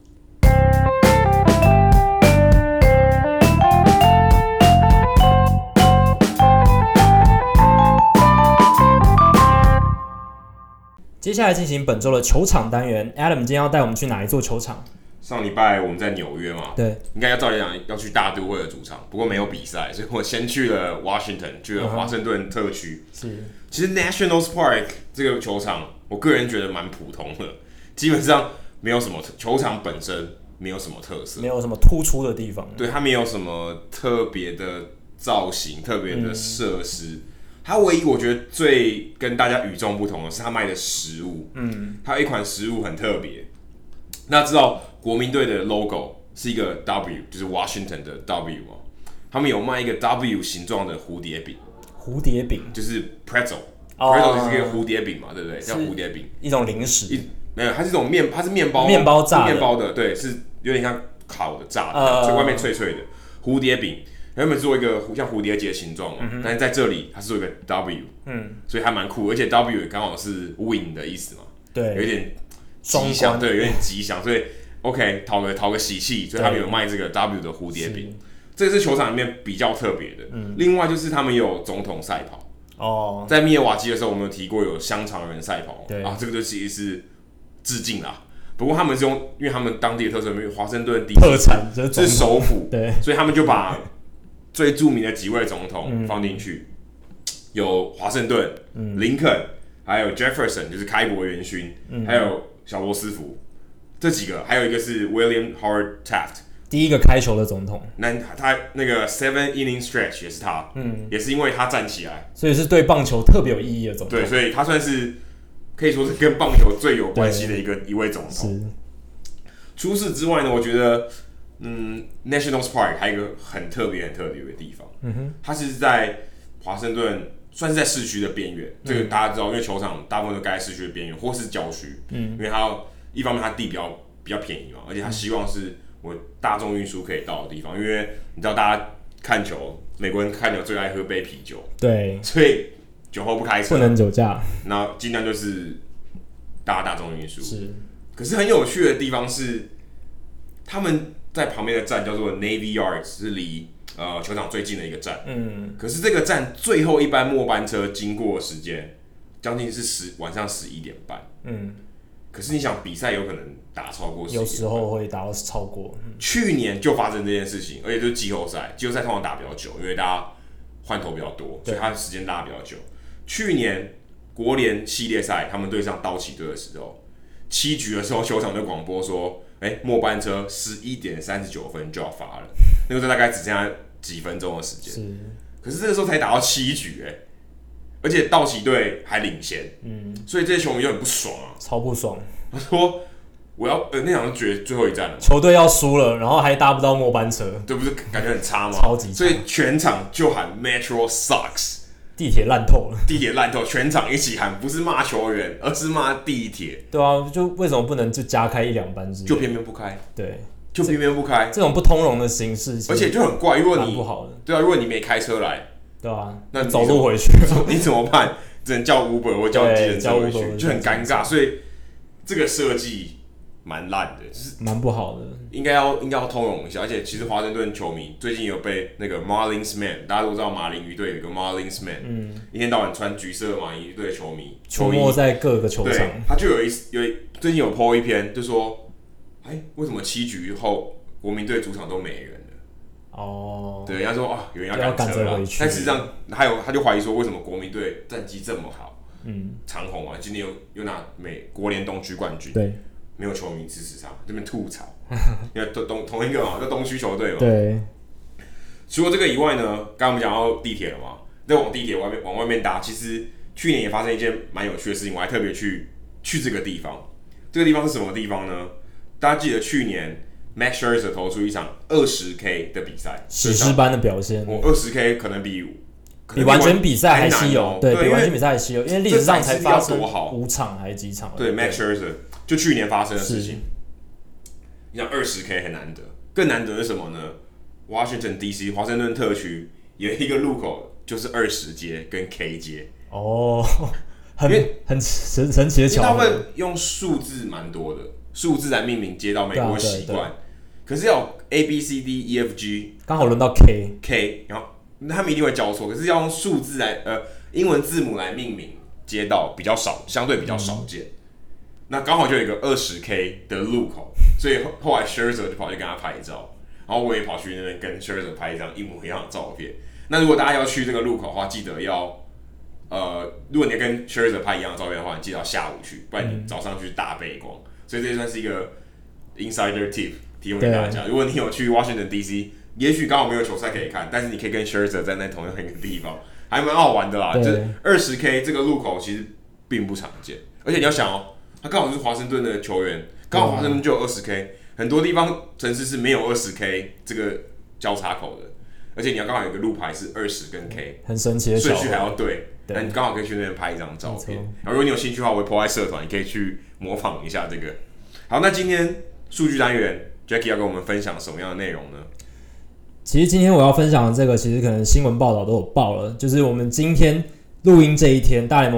接下来进行本周的球场单元 ，Adam 今天要带我们去哪一座球场？ 上礼拜我们在纽约嘛， 对， 应该要照理讲要去大都会的主场，不过没有比赛，所以我先去了 Washington， 去了华盛顿特区。是、uh-huh. 其实 Nationals Park 这个球场，我个人觉得蛮普通的，基本上没有什么球场本身没有什么特色， 没有什么突出的地方。 对，它没有什么特别的造型、特别的设施。嗯，它唯一我觉得最跟大家与众不同的是它卖的食物，嗯，它有一款食物很特别。那知道国民队的 logo 是一个 W， 就是 Washington 的 W 哦，他们有卖一个 W 形状的蝴蝶饼， 蝴蝶饼就是 pretzel，pretzel、oh, 就是一个蝴蝶饼嘛，对不对？叫蝴蝶饼， 一种零食， 没有，它是一种面，它是面包， 面包炸的， 面包的，对，是有点像烤的炸的，呃、所以外面脆脆的蝴蝶饼。原本做一个像蝴蝶结形状嘛，嗯，但是在这里它是做一个 W， 嗯，所以还蛮酷，而且 W 刚好是 win 的意思嘛， 对， 有一点吉祥，对，有点吉祥，所以 OK 讨个讨个喜气，所以他们有卖这个 W 的蝴蝶饼，这是球场里面比较特别的。嗯，另外就是他们有总统赛跑哦，在密尔瓦基的时候，我们有提过有香肠人赛跑，对啊，这个就其实是致敬啦。不过他们是用，因为他们当地的特色，因为华盛顿 D C 特产是首府， 对， 所以他们就把最著名的几位总统放进去，嗯、有华盛顿、嗯、林肯，还有 Jefferson， 就是开国元勋，嗯、还有小罗斯福，这几个，还有一个是 William Howard Taft， 第一个开球的总统。 那他那个 seven inning stretch 也是他，嗯，也是因为他站起来， 所以是对棒球特别有意义的总统。 对，所以他算是可以说是跟棒球最有关系的一个一位总统。除此之外呢，我觉得，嗯 ，Nationals Park 还有一个很特别、很特别的地方，嗯哼，它是在华盛顿，算是在市区的边缘。嗯、这个大家知道，因为球场大部分都盖在市区的边缘或是郊区，嗯，因为它要一方面它地比较比较便宜嘛，而且它希望是我大众运输可以到的地方，因为你知道大家看球，美国人看球最爱喝杯啤酒， 对， 所以酒后不开车， 不能酒驾， 那尽量就是搭大众运输。 是。 可是很有趣的地方是，他们在旁边的站叫做 Navy Yards， 是离呃球场最近的一个站。嗯。可是这个站最后一班末班车经过的时间，将近是十晚上十一点半。嗯。可是你想，比赛有可能打超过十一点半， 有时候会打到超过。 嗯、去年就发生这件事情，而且就是季后赛，季后赛通常打比较久，因为大家换头比较多，所以它的时间拉比较久。去年国联系列赛，他们对上道奇队的时候。七局的时候，球场就广播说：“哎、欸，末班车十一点三十九分就要发了。”那个时候大概只剩下几分钟的时间。是，可是这个时候才打到七局、欸，哎，而且道奇队还领先，嗯，所以这些球迷就很不爽啊， 超不爽。 他说：“我要呃，那场是决最后一战了， 球队要输了，然后还搭不到末班车， 对，不是感觉很差吗？ 超级差， 所以全场就喊 Metro sucks。” 地铁烂透了， 地铁烂透，全场一起喊，不是骂球员，而是骂地铁。 对啊，就为什么不能就加开一两班之类的？ 就偏偏不开。 对， 就偏偏不开。 这种不通融的形式， 而且就很怪。如果你不好的， 对啊，如果你没开车来， 对啊， 那你走路回去， 你怎么办？只能叫 Uber 或叫计程车回去，就很尴尬。所以这个设计蛮烂的，就是蛮不好的。 应该要应该要通融一下。而且其实华盛顿球迷最近有被那个 Marlins Man， 大家都知道马林鱼队有一个 Marlins Man， 嗯，一天到晚穿橘色的马林鱼队的球迷出没在各个球场。 对，他就有一有一最近有 po 一篇，就说，哎、欸，为什么七局后国民队主场都没人了？哦，对，人家说啊，有人要赶车了，但实际上还有他就怀疑说，为什么国民队战绩这么好，嗯，长虹啊，今年又又拿美国联东区冠军， 对。 没有球迷支持他，这边吐槽，因为东同一个嘛，就东区球队嘛。 对。 除了这个以外呢，刚刚我们讲到地铁了嘛，再往地铁外面往外面搭，其实去年也发生一件蛮有趣的事情，我还特别去去这个地方。这个地方是什么地方呢？大家记得去年 Max Scherzer 投出一场二十 K 的比赛， 史诗般的表现。 我二十 K 可能比比完全比赛还稀有，对，比完全比赛还稀有，因为历史上才发生五场还是几场？ 对 ，Max Scherzer。就去年发生的事情，你想二十 K 很难得，更难得是什么呢 ？Washington D C 华盛顿特区有一个路口就是二十街跟 K 街哦，很很神神奇的巧合。 他们用数字蛮多的，数字来命名街道，美国习惯。可是要 A B C D E F G， 刚好轮到 K K， 然后他们一定会交错，可是要用数字来呃英文字母来命名街道比较少，相对比较少见。嗯，那刚好就有一个二十 K 的路口，所以后来 Scherzer 就跑去跟他拍照，然后我也跑去那边跟 Scherzer 拍一张一模一样的照片。那如果大家要去这个路口的话，记得要呃，如果你要跟 Scherzer 拍一样的照片的话，你记得要下午去，不然你早上去大背光。所以这算是一个 insider tip 提供给大家。如果你有去 Washington D C， 也许刚好没有球赛可以看，但是你可以跟 Scherzer 站在同样一个地方，还蛮好玩的啦。就是二十 K 这个路口其实并不常见，而且你要想哦。他刚好是华盛顿的球员，刚好华盛顿就有二十 K， 很多地方城市是没有二十 K 这个交叉口的，而且你要刚好有一个路牌是二十跟 K， 很神奇的顺序还要对，那你刚好可以去那边拍一张照片。然后如果你有兴趣的话，我会 po 在社团，你可以去模仿一下这个。好，那今天数据单元 Jackie 要跟我们分享什么样的内容呢？ 其实今天我要分享的这个，其实可能新闻报道都有报了，就是我们今天录音这一天，大联盟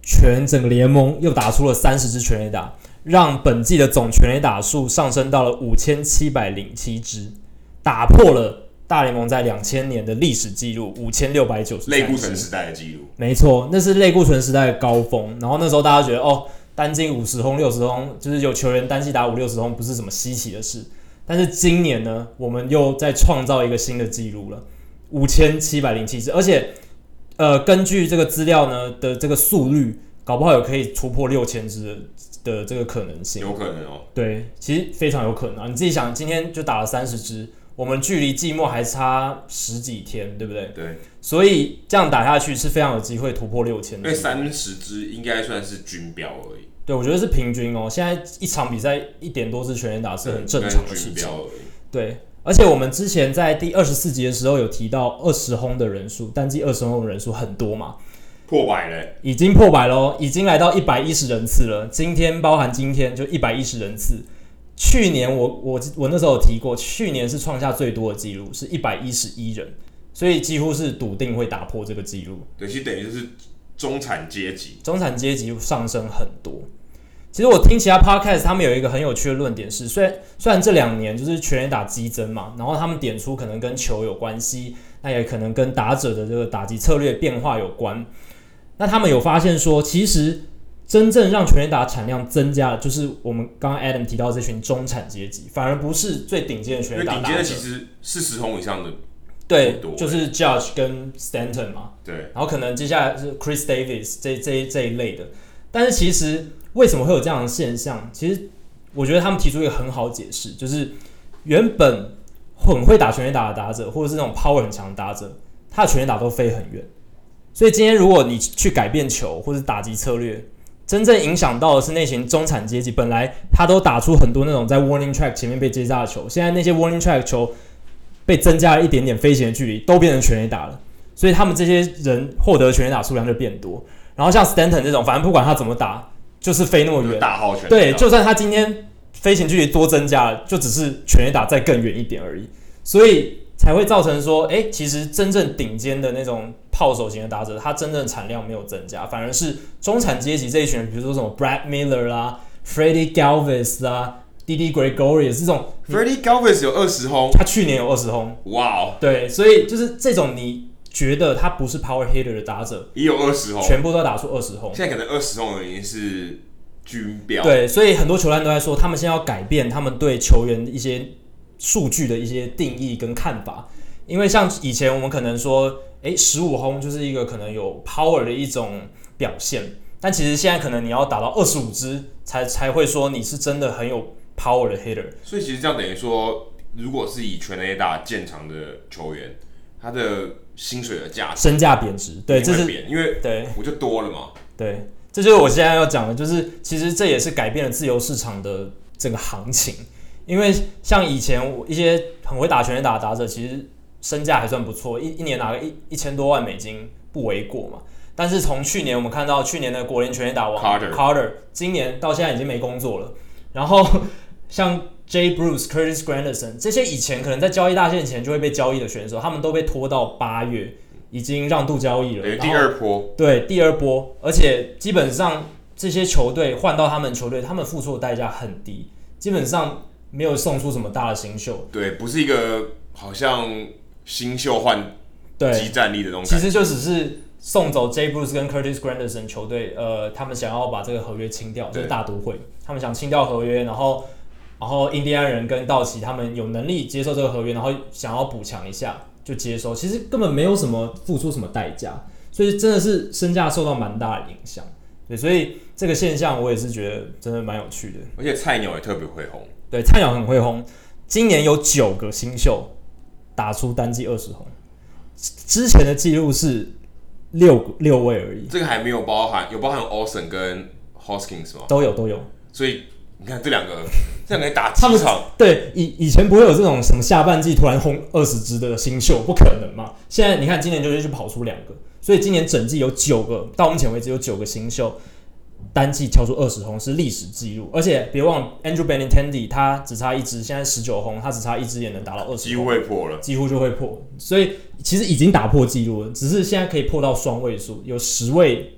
全整个联盟又打出了三十支全垒打，让本季的总全垒打数上升到了五千七百零七支，打破了大联盟在两千年的历史纪录五千六百九十三支， 类固醇时代的纪录。 没错，那是类固醇时代的高峰。然后那时候大家觉得哦，单季五十轰、六十轰，就是有球员单季打五六十轰，不是什么稀奇的事。但是今年呢，我们又在创造一个新的纪录了，五千七百零七支，而且呃，根据这个资料呢的这个速率，搞不好有可以突破六千支的这个可能性。 有可能哦。 对，其实非常有可能啊！你自己想，今天就打了三十支，我们距离季末还差十几天，对不对？ 对。 所以这样打下去是非常有机会突破六千支。 因为三十支应该算是均标而已。 对，我觉得是平均哦。现在一场比赛一点多支全垒打是很正常的事情。对，而且我们之前在第二十四集的时候有提到二十轰的人数，单季二十轰的人数很多嘛， 破百了， 已经破百喽，已经来到一百一十人次了。今天包含今天就一百一十人次。去年我我我那时候有提过，去年是创下最多的纪录，是一百一十一人，所以几乎是笃定会打破这个纪录。 对，其实等于就是中产阶级， 中产阶级上升很多。其实我听其他 podcast， 他们有一个很有趣的论点是，虽然虽然这两年就是全垒打激增嘛，然后他们点出可能跟球有关系，那也可能跟打者的这个打击策略变化有关。那他们有发现说，其实真正让全垒打产量增加的，就是我们刚刚 Adam 提到这群中产阶级，反而不是最顶尖的全垒打打者。 顶尖的其实四十轰以上的， 对，就是 Judge 跟 Stanton 嘛。 对， 然后可能接下来是 Chris Davis 这这这一类的，但是其实为什么会有这样的现象？其实我觉得他们提出一个很好解释，就是原本很会打全垒打的打者，或者是那种 power 很强的打者，他的全垒打都飞很远。所以今天如果你去改变球或者打击策略，真正影响到的是那群中产阶级，本来他都打出很多那种在 warning track 前面被接杀的球，现在那些 warning track 球被增加了一点点飞行的距离，都变成全垒打了。所以他们这些人获得的全垒打数量就变多。然后像 Stanton 这种，反正不管他怎么打，就是飞那么远， 大号全垒打。 对，就算他今天飞行距离多增加了，就只是全垒打再更远一点而已。所以才会造成说，哎，其实真正顶尖的那种炮手型的打者，他真正的产量没有增加，反而是中产阶级这一群人，比如说什么 Brad Miller 啦、Freddie Galvis 啦、Didi Gregorius 这种。 Freddie Galvis 有二十轰， 他去年有二十轰。 哇哦！ 对，所以就是这种你觉得他不是 power hitter 的打者， 也有二十轰， 全部都打出二十轰。 现在可能二十轰已经是均标。 对，所以很多球探都在说，他们现在要改变他们对球员一些数据的一些定义跟看法。因为像以前我们可能说，哎，十五轰就是一个可能有 power 的一种表现，但其实现在可能你要打到二十五支才才会说你是真的很有 power 的 hitter。 所以其实这样等于说，如果是以全垒打见长的球员，他的薪水的价值身价贬值，对，这是因为对我就多了嘛。 对，这就是我现在要讲的，就是其实这也是改变了自由市场的整个行情。因为像以前一些很会打全垒打的打者，其实身价还算不错，一一年拿个一一千多万美金不为过嘛。但是从去年我们看到去年的国联全垒打王 Carter, Carter， 今年到现在已经没工作了。然后像 Jay Bruce、Curtis Granderson 这些以前可能在交易大限前就会被交易的选手，他们都被拖到八月，已经让渡交易了。 对，第二波。 对，第二波，而且基本上这些球队换到他们球队，他们付出的代价很低，基本上没有送出什么大的新秀。 对，不是一个好像新秀换即战力的那种感觉。 其实就只是送走 Jay Bruce 跟 Curtis Granderson 球队，呃，他们想要把这个合约清掉，这个大都会，他们想清掉合约，然后，然后印第安人跟道奇他们有能力接受这个合约，然后想要补强一下就接收，其实根本没有什么付出什么代价，所以真的是身价受到蛮大的影响。对，所以这个现象我也是觉得真的蛮有趣的。 而且菜鸟也特别会轰。 对，菜鸟很会轰，今年有九个新秀打出单季二十轰，之前的记录是六六位而已。 这个还没有包含，有包含 Olsen 跟 Hoskins 吗？ 都有都有。 所以你看这两个，这两个打几场？ 对，以以前不会有这种什么下半季突然轰二十支的新秀，不可能嘛。现在你看今年就是就跑出两个，所以今年整季有九个，到目前为止有九个新秀单季敲出二十轰，是历史纪录。而且别忘了 Andrew Benintendi 他只差一支，现在十九轰，他只差一支也能达到二十轰， 几乎会破了， 几乎就会破。所以其实已经打破纪录了，只是现在可以破到双位数，有十位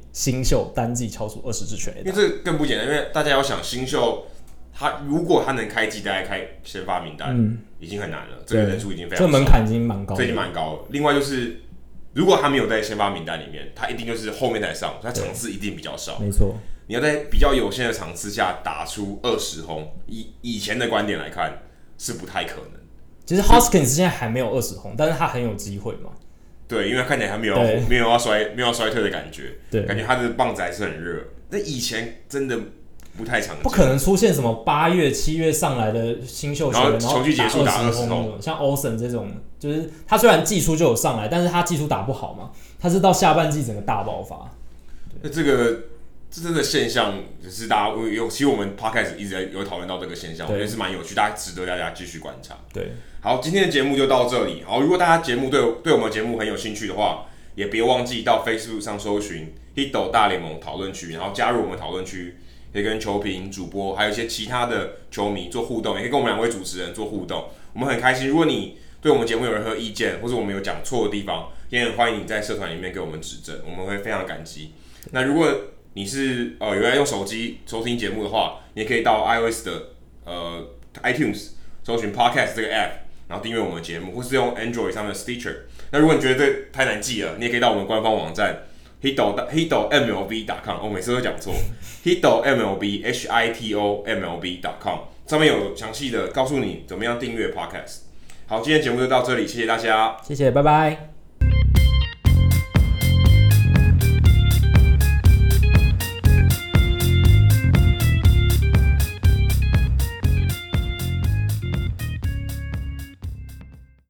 新秀单季敲出二十支全垒打， 因为这个更不简单，因为大家要想新秀，他如果他能开季，大概开先发名单，嗯，已经很难了，这个人数已经非常少， 这门槛已经蛮高的， 这已经蛮高了。另外就是，如果他没有在先发名单里面，他一定就是后面才上，他场次一定比较少， 没错。 你要在比较有限的场次下打出二十轰，以以前的观点来看是不太可能。 其实 Hoskins 现在还没有二十轰，但是他很有机会嘛。 对，因为他看起来还没有没有要衰没有要衰退的感觉，对，感觉他的棒子还是很热。那以前真的不太常见， 不可能出现什么八月、七月上来的新秀球员，然后球季结束打二十轰，像 Olsen 这种，就是他虽然季初就有上来，但是他季初打不好嘛，他是到下半季整个大爆发。 那这个。这真的现象，只是大家有，其实我们 podcast 一直在有讨论到这个现象，我觉得是蛮有趣，大家值得大家继续观察。 对， 好，今天的节目就到这里。好，如果大家节目对对我们节目很有兴趣的话，也别忘记到 Facebook 上搜寻 Hito 大联盟讨论区，然后加入我们讨论区，可以跟球评、主播还有一些其他的球迷做互动，也可以跟我们两位主持人做互动，我们很开心。如果你对我们节目有任何意见，或者我们有讲错的地方，也很欢迎你在社团里面给我们指正，我们会非常感激。那如果你是呃有在用手机收听节目的话，你也可以到 iOS 的呃 iTunes 搜寻 Podcast 这个 app， 然后订阅我们的节目，或是用 Android 上面的 Stitcher。那如果你觉得这太难记了，你也可以到我们官方网站 hito hito m l b dot com， 我每次都讲错 hito m l b h i t o m l b dot com 上面有详细的告诉你怎么样订阅 Podcast。好，今天节目就到这里，谢谢大家， 谢谢，拜拜。